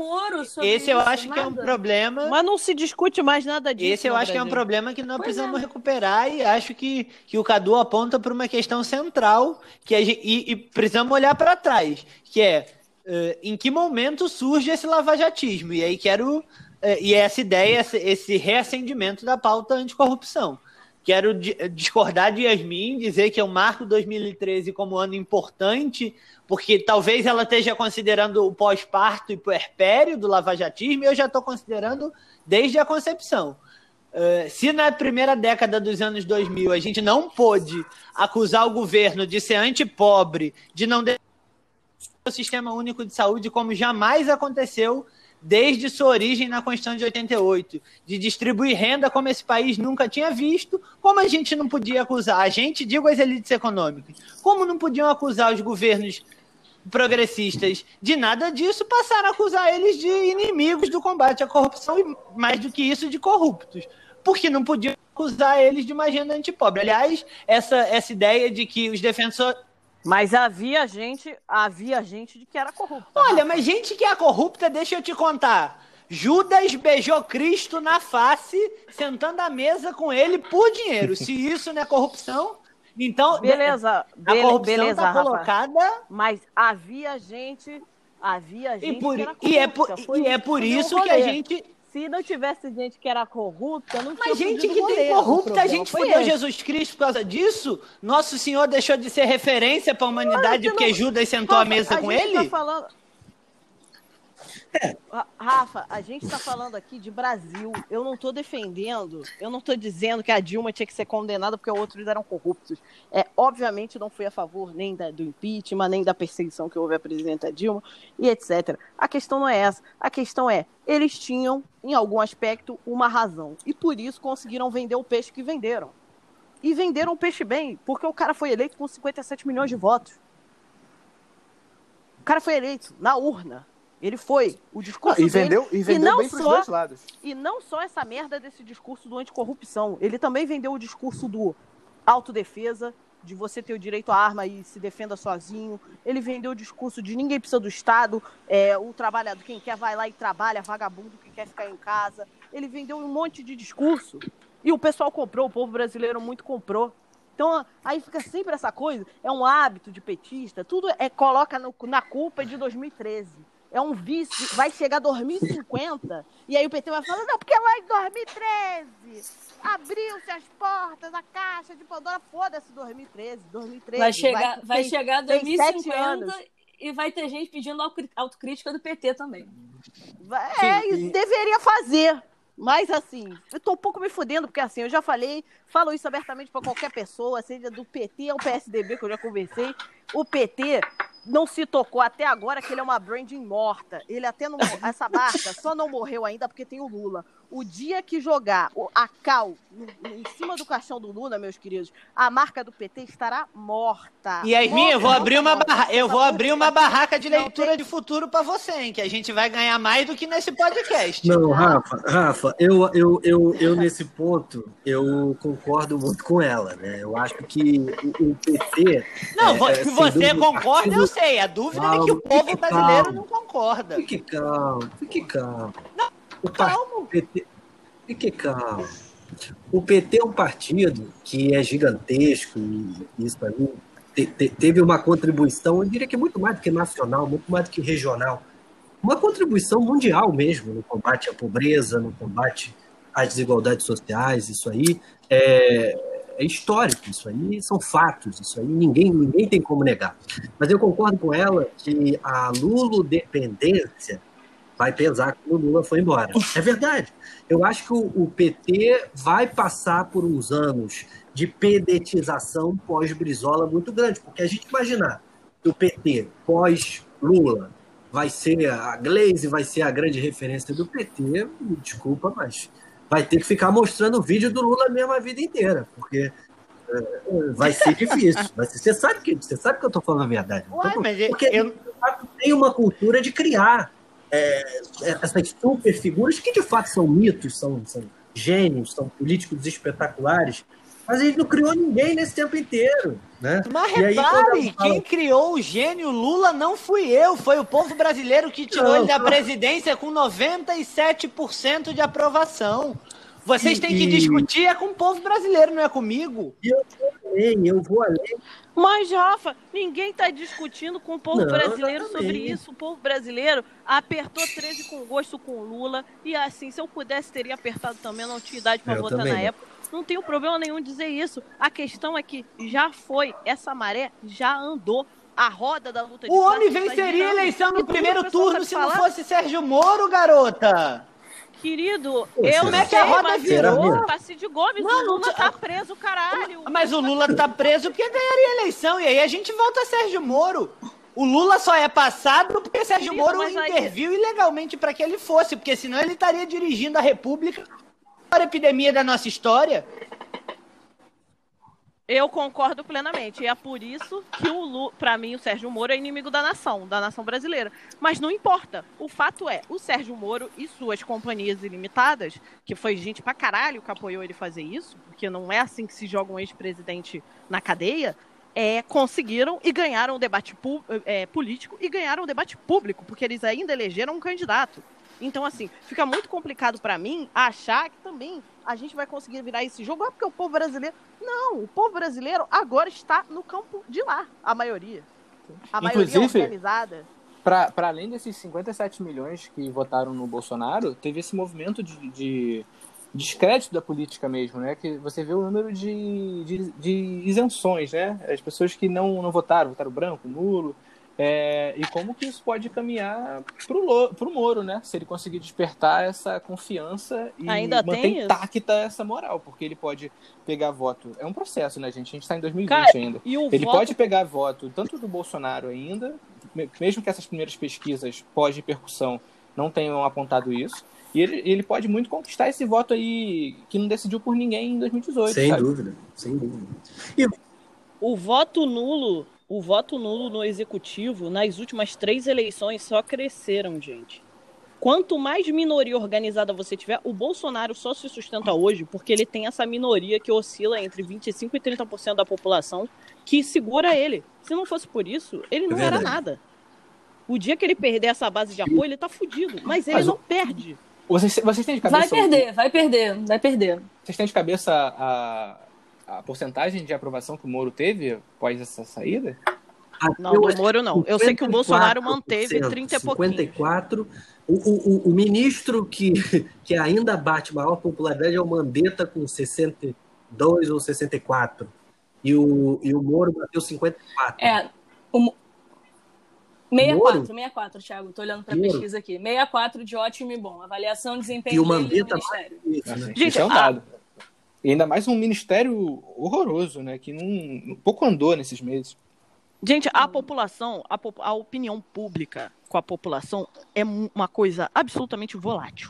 B: Esse eu acho que é um problema.
F: Mas não se discute mais nada disso.
B: Esse eu acho que é um problema que nós precisamos recuperar, e acho que, que o Cadu aponta para uma questão central que a gente, e, e precisamos olhar para trás, que é uh, em que momento surge esse lavajatismo. E aí quero uh, e essa ideia, esse, esse reacendimento da pauta anticorrupção. Quero discordar de Yasmin, dizer que eu marco dois mil e treze como ano importante, porque talvez ela esteja considerando o pós-parto e puerpério do lavajatismo, e eu já estou considerando desde a concepção. Uh, se na primeira década dos anos dois mil a gente não pôde acusar o governo de ser antipobre, de não defender o Sistema Único de Saúde, como jamais aconteceu desde sua origem na Constituição de oitenta e oito, de distribuir renda como esse país nunca tinha visto, como a gente não podia acusar, a gente, digo as elites econômicas, como não podiam acusar os governos progressistas de nada disso, passaram a acusar eles de inimigos do combate à corrupção e, mais do que isso, de corruptos, porque não podiam acusar eles de uma agenda antipobre. Aliás, essa, essa ideia de que os defensores...
F: Mas havia gente, havia gente de que era corrupta.
B: Olha, mas gente que é corrupta, deixa eu te contar. Judas beijou Cristo na face, sentando à mesa com ele por dinheiro. Se isso não é corrupção, então...
F: Beleza,
B: a
F: be
B: corrupção
F: beleza,
B: está colocada...
F: Mas havia gente, havia gente
B: e por,
F: que era corrupta.
B: E é por,
F: Foi
B: e é por isso que a gente...
F: Se não tivesse gente que era corrupta, não tinha.
B: Mas gente que tem corrupta, a gente fudeu Jesus Cristo por causa disso? Nosso Senhor deixou de ser referência para a humanidade porque não... Judas sentou
F: Rafa,
B: à mesa com ele?
F: Tá falando... É. Rafa, a gente está falando aqui de Brasil. Eu não estou defendendo, eu não estou dizendo que a Dilma tinha que ser condenada porque outros eram corruptos. É, obviamente não fui a favor nem da, do impeachment, nem da perseguição que houve à presidenta Dilma e etcétera. A questão não é essa. A questão é, eles tinham, em algum aspecto, uma razão. E por isso conseguiram vender o peixe que venderam. e venderam o peixe bem, porque o cara foi eleito com cinquenta e sete milhões de votos. O cara foi eleito na urna. Ele foi. O discurso
E: ah, e
F: dele...
E: vendeu, e vendeu
F: e não
E: bem pros
F: só,
E: dois lados.
F: E não só essa merda desse discurso do anticorrupção. Ele também vendeu o discurso do autodefesa, de você ter o direito à arma e se defenda sozinho. Ele vendeu o discurso de ninguém precisa do Estado, é, o trabalhador, quem quer vai lá e trabalha, vagabundo que quer ficar em casa. Ele vendeu um monte de discurso. E o pessoal comprou, o povo brasileiro muito comprou. Então, aí fica sempre essa coisa, é um hábito de petista, tudo é coloca no, na culpa de dois mil e treze. É um vício, vai chegar dois mil e cinquenta, e aí o P T vai falar, não, porque lá em dois mil e treze abriu-se as portas, a caixa de Pandora, foda-se dois mil e treze, dois mil e treze.
C: Vai chegar, vai, vai
F: tem,
C: chegar dois mil e cinquenta
F: anos.
C: E vai ter gente pedindo autocrítica do P T também.
F: É,
E: Sim, e...
F: deveria fazer. Mas, assim, eu tô um pouco me fudendo, porque, assim, eu já falei, falo isso abertamente pra qualquer pessoa, seja do P T ou P S D B, que eu já conversei. O P T não se tocou até agora que ele é uma branding morta. Ele até não... Essa marca só não morreu ainda porque tem o Lula. O dia que jogar a cal no, em cima do caixão do Lula, meus queridos, a marca do P T estará morta.
B: E Yasmin,
F: morta,
B: eu vou abrir uma,
F: morta,
B: barra... eu vou abrir uma barraca de
F: não
B: leitura
F: tem...
B: de futuro pra você, hein? Que a gente vai ganhar mais do que nesse podcast.
A: Não, Rafa, Rafa, eu, eu, eu, eu nesse ponto, eu concordo muito com ela, né? Eu acho que o, o P T...
B: Não,
A: é,
B: se
A: é,
B: você concorda,
A: partido...
B: eu sei. A dúvida
A: calma,
B: é que o povo brasileiro
A: calma.
B: não concorda.
A: Fique calmo, fique calmo.
B: Não,
A: o calmo. P T... Fique calmo. O P T é um partido que é gigantesco, e isso aí te, te, teve uma contribuição, eu diria que muito mais do que nacional, muito mais do que regional, uma contribuição mundial mesmo no combate à pobreza, no combate às desigualdades sociais. Isso aí é, é histórico, isso aí são fatos, isso aí ninguém, ninguém tem como negar. Mas eu concordo com ela que a lulodependência vai pesar quando o Lula foi embora. É verdade. Eu acho que o, o P T vai passar por uns anos de pedetização pós-Brizola muito grande, porque a gente imaginar que o P T pós-Lula vai ser a Glaze, vai ser a grande referência do P T, me desculpa, mas vai ter que ficar mostrando o vídeo do Lula mesmo a vida inteira, porque é, vai ser difícil. Mas você sabe que você sabe que eu estou falando a verdade.
B: Ué,
A: então,
B: mas
A: porque
B: eu...
A: tem uma cultura de criar É, essas super figuras que de fato são mitos, são, são gênios, são políticos espetaculares, mas a gente não criou ninguém nesse tempo inteiro, né?
B: Mas
A: e aí,
B: repare,
A: falo...
B: quem criou o gênio Lula não fui eu, foi o povo brasileiro que tirou
A: não,
B: ele da
A: não.
B: presidência com noventa e sete por cento de aprovação. Vocês
A: e,
B: têm que
A: e...
B: discutir é com o povo brasileiro, não é comigo.
A: E eu vou além, eu vou além.
F: Mas, Rafa, ninguém está discutindo com o povo
A: Não,
F: brasileiro
A: exatamente.
F: sobre isso. O povo brasileiro apertou treze com gosto com o Lula. E assim, se eu pudesse, teria apertado também. Eu não tinha idade para votar na
A: não.
F: época. Não tenho problema nenhum dizer isso. A questão é que já foi. Essa maré já andou. A roda da luta de
B: O homem
F: classes está
B: venceria a
F: girando.
B: eleição
F: E
B: no
F: tudo
B: primeiro
F: o pessoal
B: turno
F: sabe
B: se não
F: falar.
B: fosse Sérgio Moro, garota.
F: Querido,
A: Pô,
F: eu
A: como é
B: que a
F: sei,
B: roda
F: mas
A: virou?
F: virou. Tá Cid Gomes,
B: Não,
F: o
B: não
F: Lula
B: tá-
F: tá preso, caralho.
B: Mas o Lula tá preso porque ganharia a eleição. E aí a gente volta a Sérgio Moro. O Lula só é passado porque Sérgio
F: Querido,
B: Moro
F: mas aí-
B: interviu ilegalmente para que ele fosse, porque senão ele estaria dirigindo a República, a maior epidemia da nossa história.
F: Eu concordo plenamente. E é por isso que o Lula, pra mim, o Sérgio Moro é inimigo da nação, da nação brasileira. Mas não importa. O fato é, o Sérgio Moro e suas companhias ilimitadas, que foi gente pra caralho que apoiou ele fazer isso, porque não é assim que se joga um ex-presidente na cadeia, é, conseguiram e ganharam o debate pu- é, político e ganharam o debate público, porque eles ainda elegeram um candidato. Então, assim, fica muito complicado pra mim achar que também a gente vai conseguir virar esse jogo, ah, porque o povo brasileiro... Não, o povo brasileiro agora está no campo de lá, a maioria. A maioria
E: Inclusive,
F: organizada.
E: Para além desses cinquenta e sete milhões que votaram no Bolsonaro, teve esse movimento de, de descrédito da política mesmo, né? Que você vê o número de, de, de isenções, né? As pessoas que não, não votaram, votaram branco, nulo. É, e como que isso pode caminhar para o Moro, né? Se ele conseguir despertar essa confiança e
F: Ainda
E: manter
F: tem isso?
E: intacta essa moral, porque ele pode pegar voto. É um processo, né, gente? A gente está em dois mil e vinte
F: Cara,
E: ainda.
F: e o
E: Ele
F: voto...
E: pode pegar voto tanto do Bolsonaro ainda, mesmo que essas primeiras pesquisas pós-repercussão não tenham apontado isso, E ele, ele pode muito conquistar esse voto aí que não decidiu por ninguém em dois mil e dezoito.
A: Sem
E: sabe?
A: dúvida, sem dúvida. E
F: O voto nulo, o voto nulo no executivo, nas últimas três eleições, só cresceram, gente. Quanto mais minoria organizada você tiver, o Bolsonaro só se sustenta hoje porque ele tem essa minoria que oscila entre vinte e cinco por cento e trinta por cento da população que segura ele. Se não fosse por isso, ele não
A: É
F: era
A: verdade.
F: nada. O dia que ele perder essa base de apoio, ele tá fudido. Mas ele
E: Mas o-
F: não perde.
E: Vocês, vocês têm de cabeça...
C: Vai perder, vai perder, vai perder.
E: Vocês têm de cabeça a, a porcentagem de aprovação que o Moro teve após essa saída?
F: Não, do Moro não. Eu sei que o Bolsonaro manteve trinta e pouquinho.
A: cinquenta e quatro. O, o, o, o ministro que, que ainda bate maior popularidade é o Mandetta com sessenta e dois ou sessenta e quatro. E o, e o Moro bateu cinquenta e quatro.
C: É, o... sessenta e quatro,
A: Moro?
C: sessenta e quatro, Thiago. Tô olhando pra
A: Moro?
C: pesquisa aqui. sessenta e quatro de ótimo e bom. Avaliação de desempenho
A: E o
C: dele no
A: Mandetta
C: Ministério.
A: mais isso, né?
F: Gente,
E: Isso é um
F: a-
E: dado. E ainda mais um ministério horroroso, né? Que não, pouco andou nesses meses.
F: Gente, a população, a, po- a opinião pública com a população é mu- uma coisa absolutamente volátil.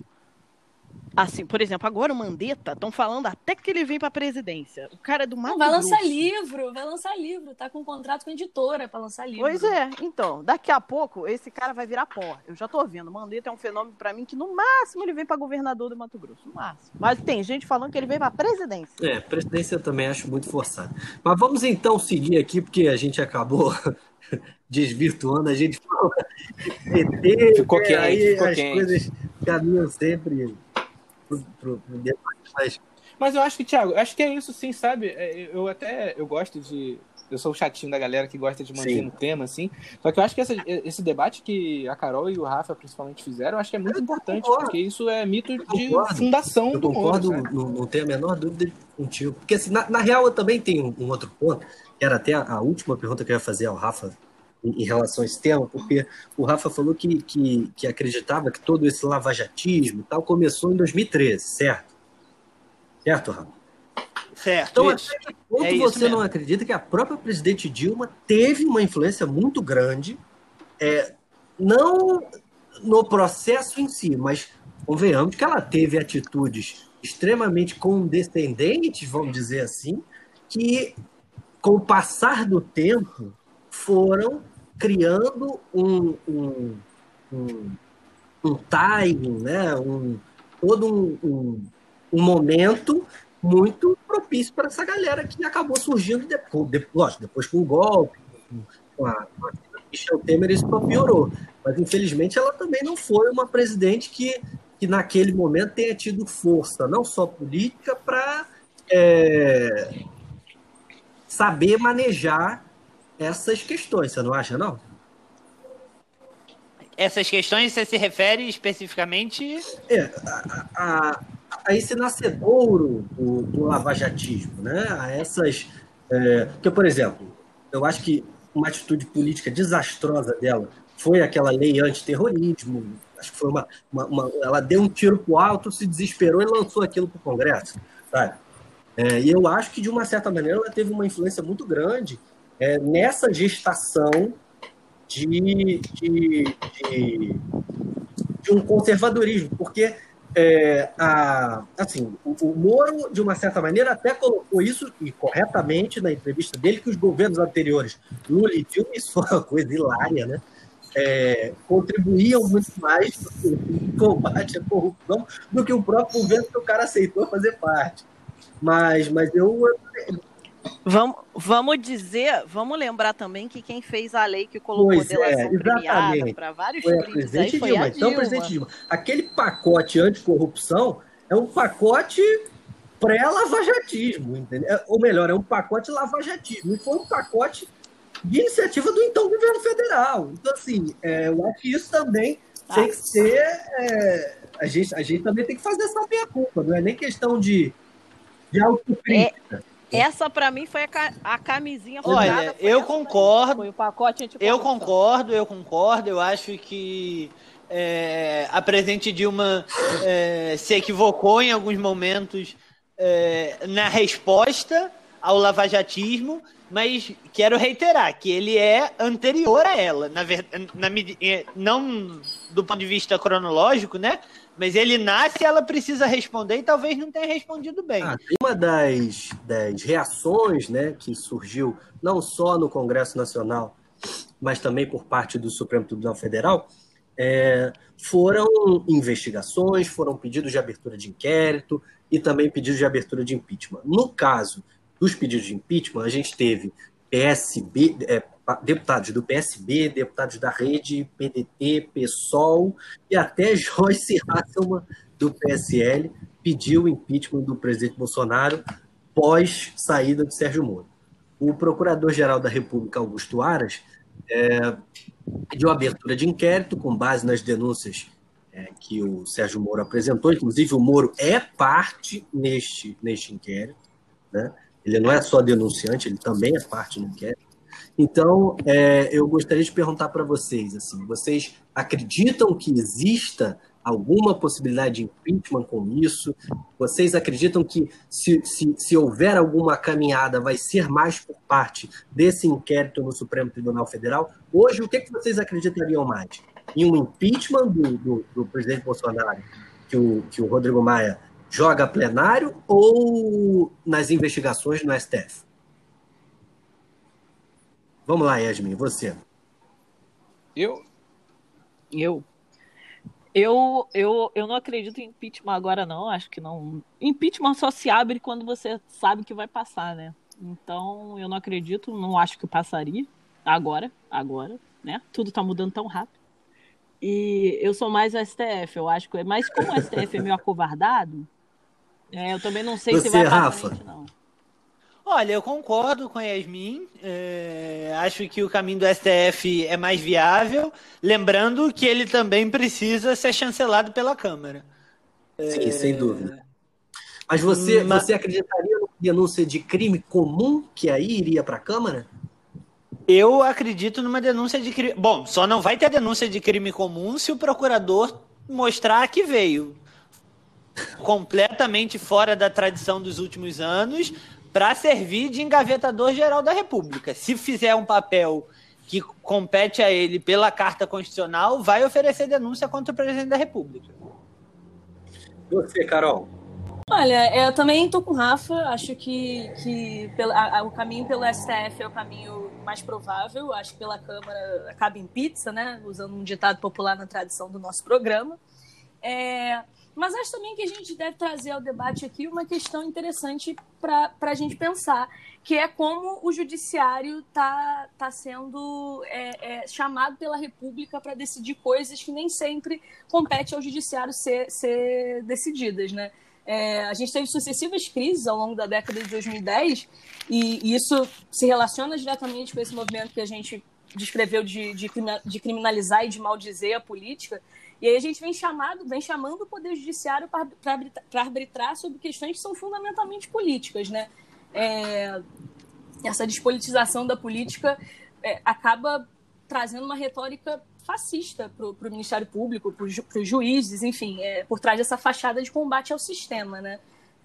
F: Assim, por exemplo, agora o Mandetta, estão falando até que ele vem pra presidência. O cara é do Mato
C: Não, vai lançar
F: Grosso.
C: livro, vai lançar livro. Tá com um contrato com a editora pra lançar livro.
F: Pois é, então, daqui a pouco esse cara vai virar pó. Eu já tô vendo. O Mandetta é um fenômeno pra mim que no máximo ele vem pra governador do Mato Grosso, no máximo. Mas tem gente falando que ele vem pra presidência.
A: É, presidência eu também acho muito forçado. Mas vamos então seguir aqui, porque a gente acabou desvirtuando, a gente fala de P T,
E: Ficou
A: né?
E: quente,
A: Aí
E: ficou
A: as
E: quente.
A: coisas caminham sempre pro, pro, pro debate, mas
E: Mas eu acho que, Thiago, eu acho que é isso sim, sabe? É, Eu até eu gosto de. Eu sou o chatinho da galera que gosta de manter
A: Sim.
E: no tema, assim. Só que eu acho que essa- esse debate que a Carol e o Rafa principalmente fizeram, eu acho que é muito
A: Eu
E: importante,
A: concordo.
E: porque isso é mito
A: Eu
E: de
A: concordo.
E: fundação
A: eu
E: do
A: concordo,
E: Moro. sabe?
A: não, não tenho a menor dúvida contigo. Porque assim, na, na real eu também tenho um, um outro ponto, que era até a, a última pergunta que eu ia fazer ao Rafa em, em relação a esse tema, porque o Rafa falou que, que, que acreditava que todo esse lavajatismo e tal começou em dois mil e treze, certo? Certo, Rafa?
B: Certo,
A: Então,
B: isso.
A: até que ponto
B: É isso
A: você
B: mesmo.
A: não acredita que a própria presidente Dilma teve uma influência muito grande, é, não no processo em si, mas convenhamos que ela teve atitudes extremamente condescendentes, vamos dizer assim, que, com o passar do tempo, foram criando um, um, um, um timing, né? um, todo um, um, um momento muito propício para essa galera que acabou surgindo depois, depois, lógico, depois com o golpe, com a, com a Michel Temer, isso só piorou. Mas, infelizmente, ela também não foi uma presidente que, que naquele momento tenha tido força, não só política, para é, saber manejar essas questões, você não acha, não?
B: Essas questões você se refere especificamente.
A: É, a, a, a esse nascedouro do, do lavajatismo, né? A essas. É, porque, por exemplo, eu acho que uma atitude política desastrosa dela foi aquela lei antiterrorismo. Acho que foi uma, uma, uma. Ela deu um tiro pro alto, se desesperou e lançou aquilo para o Congresso. Sabe? É, e eu acho que, de uma certa maneira, ela teve uma influência muito grande é, nessa gestação de, de, de, de um conservadorismo, porque é, a, assim, o, o Moro, de uma certa maneira, até colocou isso, e corretamente, na entrevista dele, que os governos anteriores, Lula e Dilma, isso foi uma coisa hilária, né? É, contribuíam muito mais no combate à corrupção do que o próprio governo que o cara aceitou fazer parte. Mas, mas eu...
F: Vamos, vamos dizer, vamos lembrar também que quem fez a lei que colocou
A: Pois é,
F: delação premiada
A: exatamente.
F: para vários
A: Foi a
F: crimes aí
A: presidente
F: foi
A: Dilma.
F: a
A: Então,
F: Dilma.
A: presidente Dilma, aquele pacote anticorrupção é um pacote pré-lavajatismo, entendeu? É, ou melhor, é um pacote lavajatismo. E foi um pacote de iniciativa do então governo federal. Então, assim, é, eu acho que isso também
F: Ah.
A: tem que ser... é, a, gente, a gente também tem que fazer essa meia-culpa. Não é nem questão de, de autocrítica.
F: Essa pra mim foi a, ca- a camisinha
B: Olha,
F: furada, foi
B: eu
F: essa daí.
B: concordo.
F: Foi o pacote
B: Eu
F: anticorrupção.
B: concordo, eu concordo. Eu acho que é, a presidente Dilma é, se equivocou em alguns momentos é, na resposta ao lavajatismo, mas quero reiterar que ele é anterior a ela, na verdade, na, medi- é, não do ponto de vista cronológico, né? Mas ele nasce e ela precisa responder e talvez não tenha respondido bem.
A: Ah, tem uma das, das reações, né, que surgiu não só no Congresso Nacional, mas também por parte do Supremo Tribunal Federal, é, foram investigações, foram pedidos de abertura de inquérito e também pedidos de abertura de impeachment. No caso dos pedidos de impeachment, a gente teve P S B, é, deputados do P S B, deputados da Rede, P D T, PSOL e até Joyce Hasselmann, do P S L, pediu o impeachment do presidente Bolsonaro pós saída de Sérgio Moro. O Procurador-Geral da República, Augusto Aras, é, pediu abertura de inquérito com base nas denúncias é, que o Sérgio Moro apresentou. Inclusive, o Moro é parte neste, neste inquérito, né? Ele não é só denunciante, ele também é parte no inquérito. Então, é, eu gostaria de perguntar para vocês, assim, vocês acreditam que exista alguma possibilidade de impeachment com isso? Vocês acreditam que se, se, se houver alguma caminhada vai ser mais por parte desse inquérito no Supremo Tribunal Federal? Hoje, o que, que vocês acreditariam mais? Em um impeachment do, do, do presidente Bolsonaro, que o, que o Rodrigo Maia joga a plenário, ou nas investigações no S T F? Vamos lá, Yasmin, você.
E: Eu?
F: Eu? Eu, eu, eu não acredito em impeachment agora, não. Acho que não. Impeachment só se abre quando você sabe que vai passar, né? Então, eu não acredito, não acho que passaria. Agora, agora, né? Tudo tá mudando tão rápido. E eu sou mais o S T F, eu acho que. Mas como o S T F é meio acovardado, é, eu também não sei
A: você,
F: se vai pra
A: Rafa?
F: frente, não.
B: Olha, eu concordo com a Yasmin. É, acho que o caminho do S T F é mais viável. Lembrando que ele também precisa ser chancelado pela Câmara.
A: Sim,
B: é...
A: sem dúvida. Mas você,
B: Mas...
A: você acreditaria numa denúncia de crime comum que aí iria para a Câmara?
B: Eu acredito numa denúncia de crime... Bom, só não vai ter denúncia de crime comum se o procurador mostrar que veio completamente fora da tradição dos últimos anos para servir de engavetador-geral da República. Se fizer um papel que compete a ele pela Carta Constitucional, vai oferecer denúncia contra o presidente da República.
A: Você, Carol?
C: Olha, eu também estou com o Rafa. Acho que, que pela, a, o caminho pelo S T F é o caminho mais provável. Acho que pela Câmara acaba em pizza, né? Usando um ditado popular na tradição do nosso programa. É... Mas acho também que a gente deve trazer ao debate aqui uma questão interessante para a gente pensar, que é como o judiciário está tá sendo é, é, chamado pela República para decidir coisas que nem sempre compete ao judiciário ser, ser decididas, né? É, a gente teve sucessivas crises ao longo da década de dois mil e dez e, e isso se relaciona diretamente com esse movimento que a gente descreveu de, de, de criminalizar e de maldizer a política. E aí a gente vem, chamado, vem chamando o Poder Judiciário para arbitrar sobre questões que são fundamentalmente políticas, né? É, essa despolitização da política é, acaba trazendo uma retórica fascista para o Ministério Público, para ju, os juízes, enfim, é, por trás dessa fachada de combate ao sistema, né?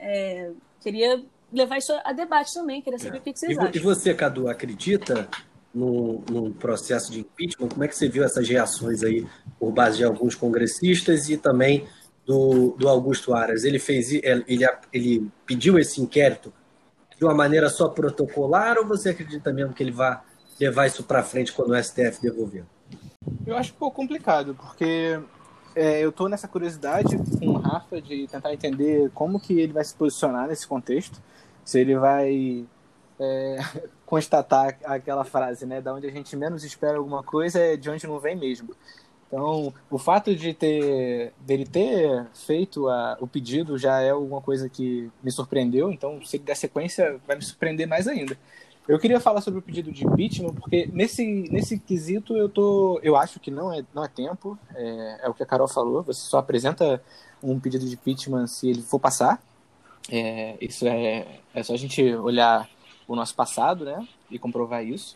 C: É, queria levar isso a debate também, queria saber é. o que, que vocês
A: e,
C: acham.
A: E você, Cadu, acredita no, no processo de impeachment? Como é que você viu essas reações aí por base de alguns congressistas e também do, do Augusto Aras? Ele fez, ele, ele pediu esse inquérito de uma maneira só protocolar, ou você acredita mesmo que ele vai levar isso para frente quando o S T F devolver?
E: Eu acho um pouco complicado, porque é, eu estou nessa curiosidade com o Rafa de tentar entender como que ele vai se posicionar nesse contexto, se ele vai é, constatar aquela frase, né, da onde a gente menos espera alguma coisa é de onde não vem mesmo. Então, o fato de ter, dele ter feito a, o pedido já é alguma coisa que me surpreendeu, então se ele der sequência vai me surpreender mais ainda. Eu queria falar sobre o pedido de impeachment, porque nesse, nesse quesito eu, tô, eu acho que não é, não é tempo, é, é o que a Carol falou, você só apresenta um pedido de impeachment se ele for passar. É, isso é, é só a gente olhar o nosso passado, né, e comprovar isso.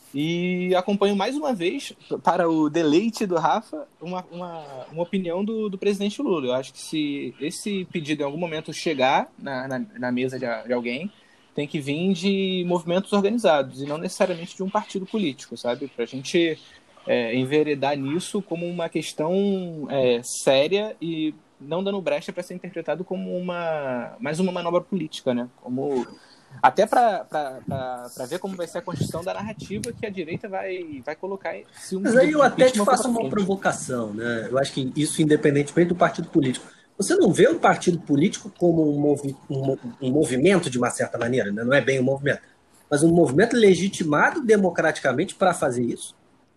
E: E acompanho mais uma vez, para o deleite do Rafa, uma, uma, uma opinião do, do presidente Lula. Eu acho que se esse pedido em algum momento chegar na, na, na mesa de, de alguém, tem que vir de movimentos organizados e não necessariamente de um partido político, sabe? Para a gente é, enveredar nisso como uma questão é, séria e não dando brecha para ser interpretado como uma mais uma manobra política, né? Como até para ver como vai ser a construção da narrativa que a direita vai, vai colocar. Se um
A: Mas aí eu até te faço uma
E: frente.
A: provocação, né? Eu acho que isso independentemente do partido político. Você não vê o partido político como um, movi um, um movimento, de uma certa maneira, né? Não é bem um movimento, mas um movimento legitimado democraticamente para fazer isso?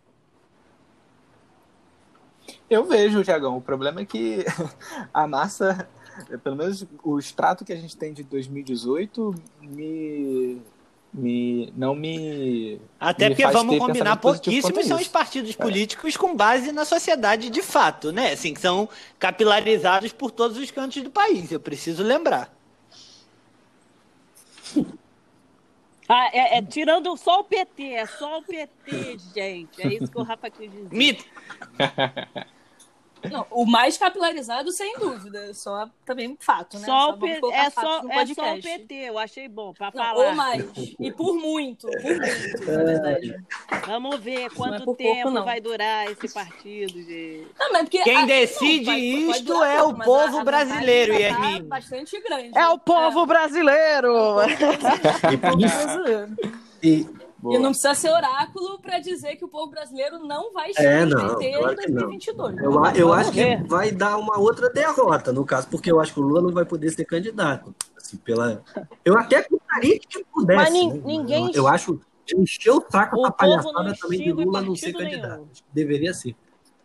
E: Eu vejo, Tiagão. O problema é que a massa, pelo menos o extrato que a gente tem de dois mil e dezoito, me, me, não me.
B: Até
E: me
B: porque,
E: faz
B: vamos
E: ter
B: combinar,
E: pensamento positivo
B: pouquíssimos
E: quanto a
B: são os
E: isso.
B: partidos políticos com base na sociedade de fato, né? Assim, que são capilarizados por todos os cantos do país, eu preciso lembrar.
F: Ah, é, é tirando só o P T, é só o P T, gente. É isso que o Rafa quis dizer.
B: Mito.
C: Não, o mais capilarizado, sem dúvida. Só também fato, né?
F: Só o
C: vamos
F: P-
C: colocar
F: é,
C: fatos
F: só,
C: no
F: é só o
C: podcast.
F: P T, eu achei bom pra
C: Não,
F: falar.
C: ou mais. E por muito, por muito, na verdade.
F: Vamos ver
C: Não é
F: quanto
C: por
F: tempo
C: pouco, não.
F: vai durar esse partido, gente.
C: Não, mas porque,
B: Quem
C: ah,
B: decide
C: não, vai- pode
B: isto
C: durar
B: é
C: pouco,
B: o
C: mas
B: povo
C: a- a vantagem
B: brasileiro,
C: já tá
B: Yasmin.
C: bastante grande.
F: É o povo brasileiro!
C: É o povo brasileiro.
A: E,
C: E não precisa ser oráculo para dizer que o povo brasileiro não vai se
A: É, não,
C: inverter
A: claro
C: em
A: que não.
C: dois mil e vinte e dois.
A: eu, a- eu
F: Vamos
A: acho que
F: ver.
A: vai dar uma outra derrota, no caso, porque eu acho que o Lula não vai poder ser candidato. Assim, pela... Eu até gostaria que pudesse.
F: Mas nin-
A: né?
F: ninguém-
A: Eu, eu acho que encheu o saco
F: O
A: da
F: povo
A: palhaçada
F: não
A: também de
F: xinga
A: Lula não ser
F: partido
A: candidato.
F: nenhum.
A: Acho que deveria ser.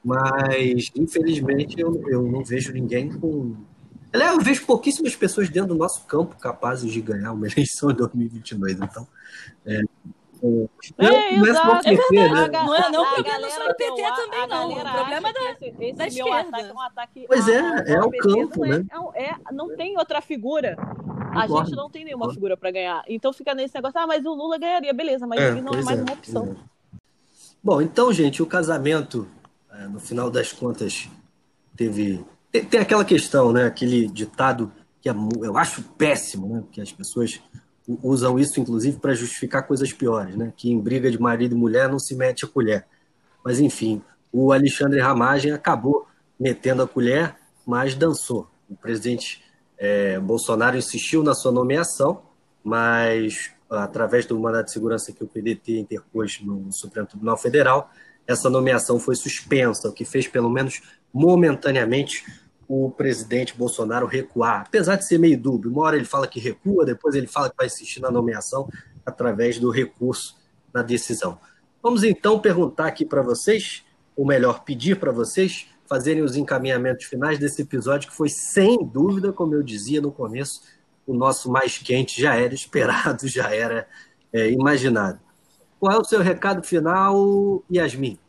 A: Mas, infelizmente, eu, eu não vejo ninguém com. Aliás, eu vejo pouquíssimas pessoas dentro do nosso campo capazes de ganhar uma eleição em dois mil e vinte e dois. Então, é, é,
F: É,
A: não é só o
F: exato.
A: P T,
F: A
A: né?
F: ga-
C: Não é- não,
F: a
C: o problema
F: galera
C: não é só o P T
F: que eu-
C: também,
F: a
C: não. O
F: galera
C: problema
F: acha
C: é da-
F: que esse, esse
C: da
F: meu
C: esquerda.
F: ataque é um ataque
A: Pois
F: a-
A: é,
F: ao-
A: é
F: ao
A: o
F: P T,
A: campo,
F: não é-
A: né?
F: é um- é- não tem outra figura. A
A: Concordo.
F: gente não tem nenhuma
A: Concordo.
F: figura pra ganhar. Então fica nesse negócio, ah, mas o Lula ganharia, beleza, mas
A: É,
F: ele não é
A: pois
F: mais
A: é,
F: uma opção.
A: pois é. Bom, então, gente, o casamento, é, no final das contas, teve. Tem, tem aquela questão, né? Aquele ditado que é mu- eu acho péssimo, né? Que as pessoas u- usam isso, inclusive, para justificar coisas piores, né? Que em briga de marido e mulher não se mete a colher. Mas, enfim, o Alexandre Ramagem acabou metendo a colher, mas dançou. O presidente é, Bolsonaro insistiu na sua nomeação, mas, através do mandado de segurança que o P D T interpôs no Supremo Tribunal Federal, essa nomeação foi suspensa, o que fez, pelo menos momentaneamente, o presidente Bolsonaro recuar, apesar de ser meio dúbio. Uma hora ele fala que recua, depois ele fala que vai insistir na nomeação através do recurso na decisão. Vamos então perguntar aqui para vocês, ou melhor, pedir para vocês fazerem os encaminhamentos finais desse episódio, que foi, sem dúvida, como eu dizia no começo, o nosso mais quente, já era esperado, já era é, imaginado. Qual é o seu recado final, Yasmin?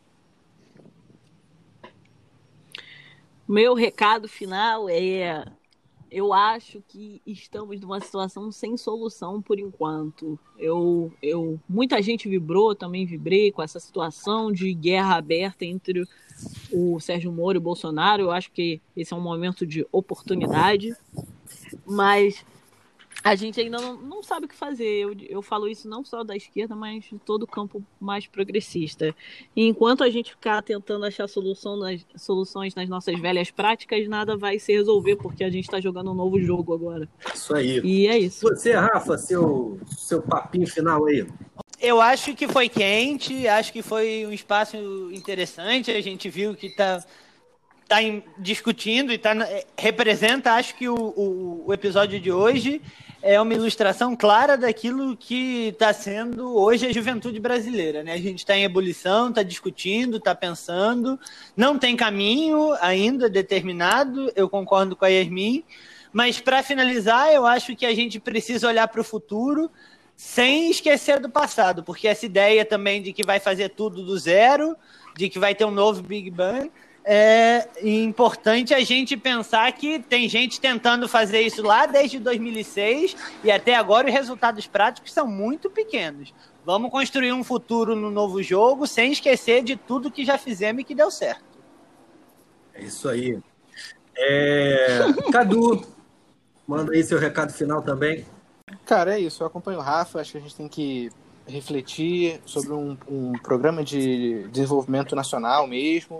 F: Meu recado final é: eu acho que estamos numa situação sem solução por enquanto. Eu, eu, muita gente vibrou, também vibrei com essa situação de guerra aberta entre o Sérgio Moro e o Bolsonaro. Eu acho que esse é um momento de oportunidade, mas a gente ainda não, não sabe o que fazer. Eu, eu falo isso não só da esquerda, mas de todo o campo mais progressista. E enquanto a gente ficar tentando achar solução nas, soluções nas nossas velhas práticas, nada vai se resolver, porque a gente está jogando um novo jogo agora.
A: Isso aí.
F: E é isso.
A: Você, Rafa, seu, seu papinho final aí.
B: Eu acho que foi quente, acho que foi um espaço interessante, a gente viu que está tá em- discutindo e tá, na- é, representa, acho que o, o, o episódio de hoje é uma ilustração clara daquilo que está sendo hoje a juventude brasileira, né? A gente está em ebulição, está discutindo, está pensando, não tem caminho ainda determinado, eu concordo com a Yasmin, mas para finalizar, eu acho que a gente precisa olhar para o futuro sem esquecer do passado, porque essa ideia também de que vai fazer tudo do zero, de que vai ter um novo Big Bang, é importante a gente pensar que tem gente tentando fazer isso lá desde dois mil e seis e até agora os resultados práticos são muito pequenos. Vamos construir um futuro no novo jogo sem esquecer de tudo que já fizemos e que deu certo.
A: É isso aí. É... Cadu, manda aí seu recado final também.
E: Cara, é isso. Eu acompanho o Rafa. Acho que a gente tem que refletir sobre um, um programa de desenvolvimento nacional mesmo.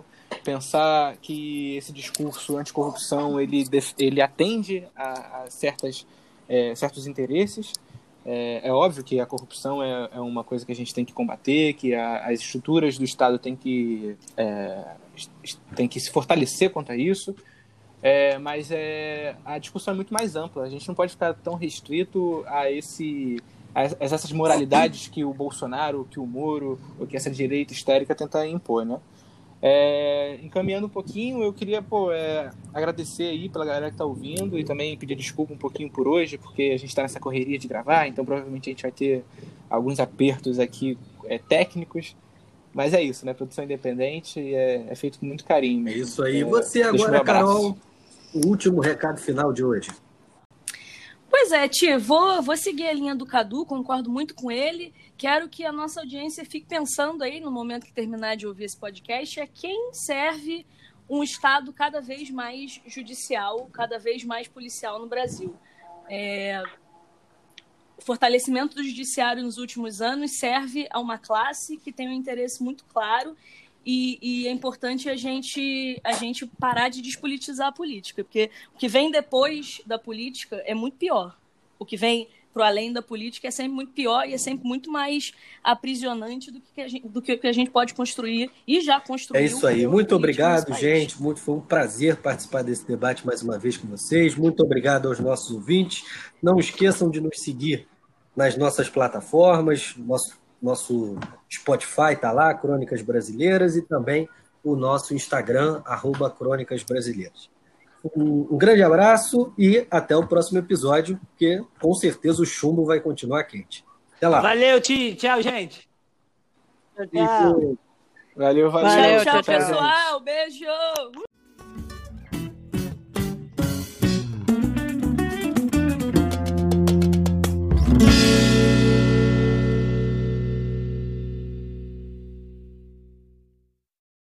E: pensar que esse discurso anticorrupção ele, ele atende a, a certas, é, certos interesses. É, é óbvio que a corrupção é, é uma coisa que a gente tem que combater, que a, as estruturas do Estado têm que, é, têm que se fortalecer contra isso, é, mas é, a discussão é muito mais ampla. A gente não pode ficar tão restrito a, esse, a essas moralidades que o Bolsonaro, que o Moro, ou que essa direita histérica tenta impor, né? É, encaminhando um pouquinho, eu queria pô, é, agradecer aí pela galera que está ouvindo e também pedir desculpa um pouquinho por hoje, porque a gente está nessa correria de gravar, então provavelmente a gente vai ter alguns apertos aqui é, técnicos, mas é isso, né? Produção independente é, é feito com muito carinho.
A: É isso aí. E
E: é,
A: você agora, Carol, o último recado final de hoje.
C: Pois é, Tia, vou, vou seguir a linha do Cadu, concordo muito com ele. Quero que a nossa audiência fique pensando aí, no momento que terminar de ouvir esse podcast, é quem serve um Estado cada vez mais judicial, cada vez mais policial no Brasil. É... O fortalecimento do judiciário nos últimos anos serve a uma classe que tem um interesse muito claro e, e é importante a gente, a gente parar de despolitizar a política, porque o que vem depois da política é muito pior. O que vem para o além da política é sempre muito pior e é sempre muito mais aprisionante do que a gente, do que a gente pode construir e já construiu.
A: É isso aí. Muito obrigado, gente. Muito, foi um prazer participar desse debate mais uma vez com vocês. Muito obrigado aos nossos ouvintes. Não esqueçam de nos seguir nas nossas plataformas. Nosso, nosso Spotify está lá, Crônicas Brasileiras, e também o nosso Instagram, arroba Crônicas Brasileiras. Um, um grande abraço e até o próximo episódio, porque com certeza o chumbo vai continuar quente. Até lá.
B: Valeu, Ti. Tchau, gente.
D: Tchau.
E: Valeu, valeu.
C: Valeu, tchau,
E: tchau,
C: pessoal.
E: gente.
C: Beijo.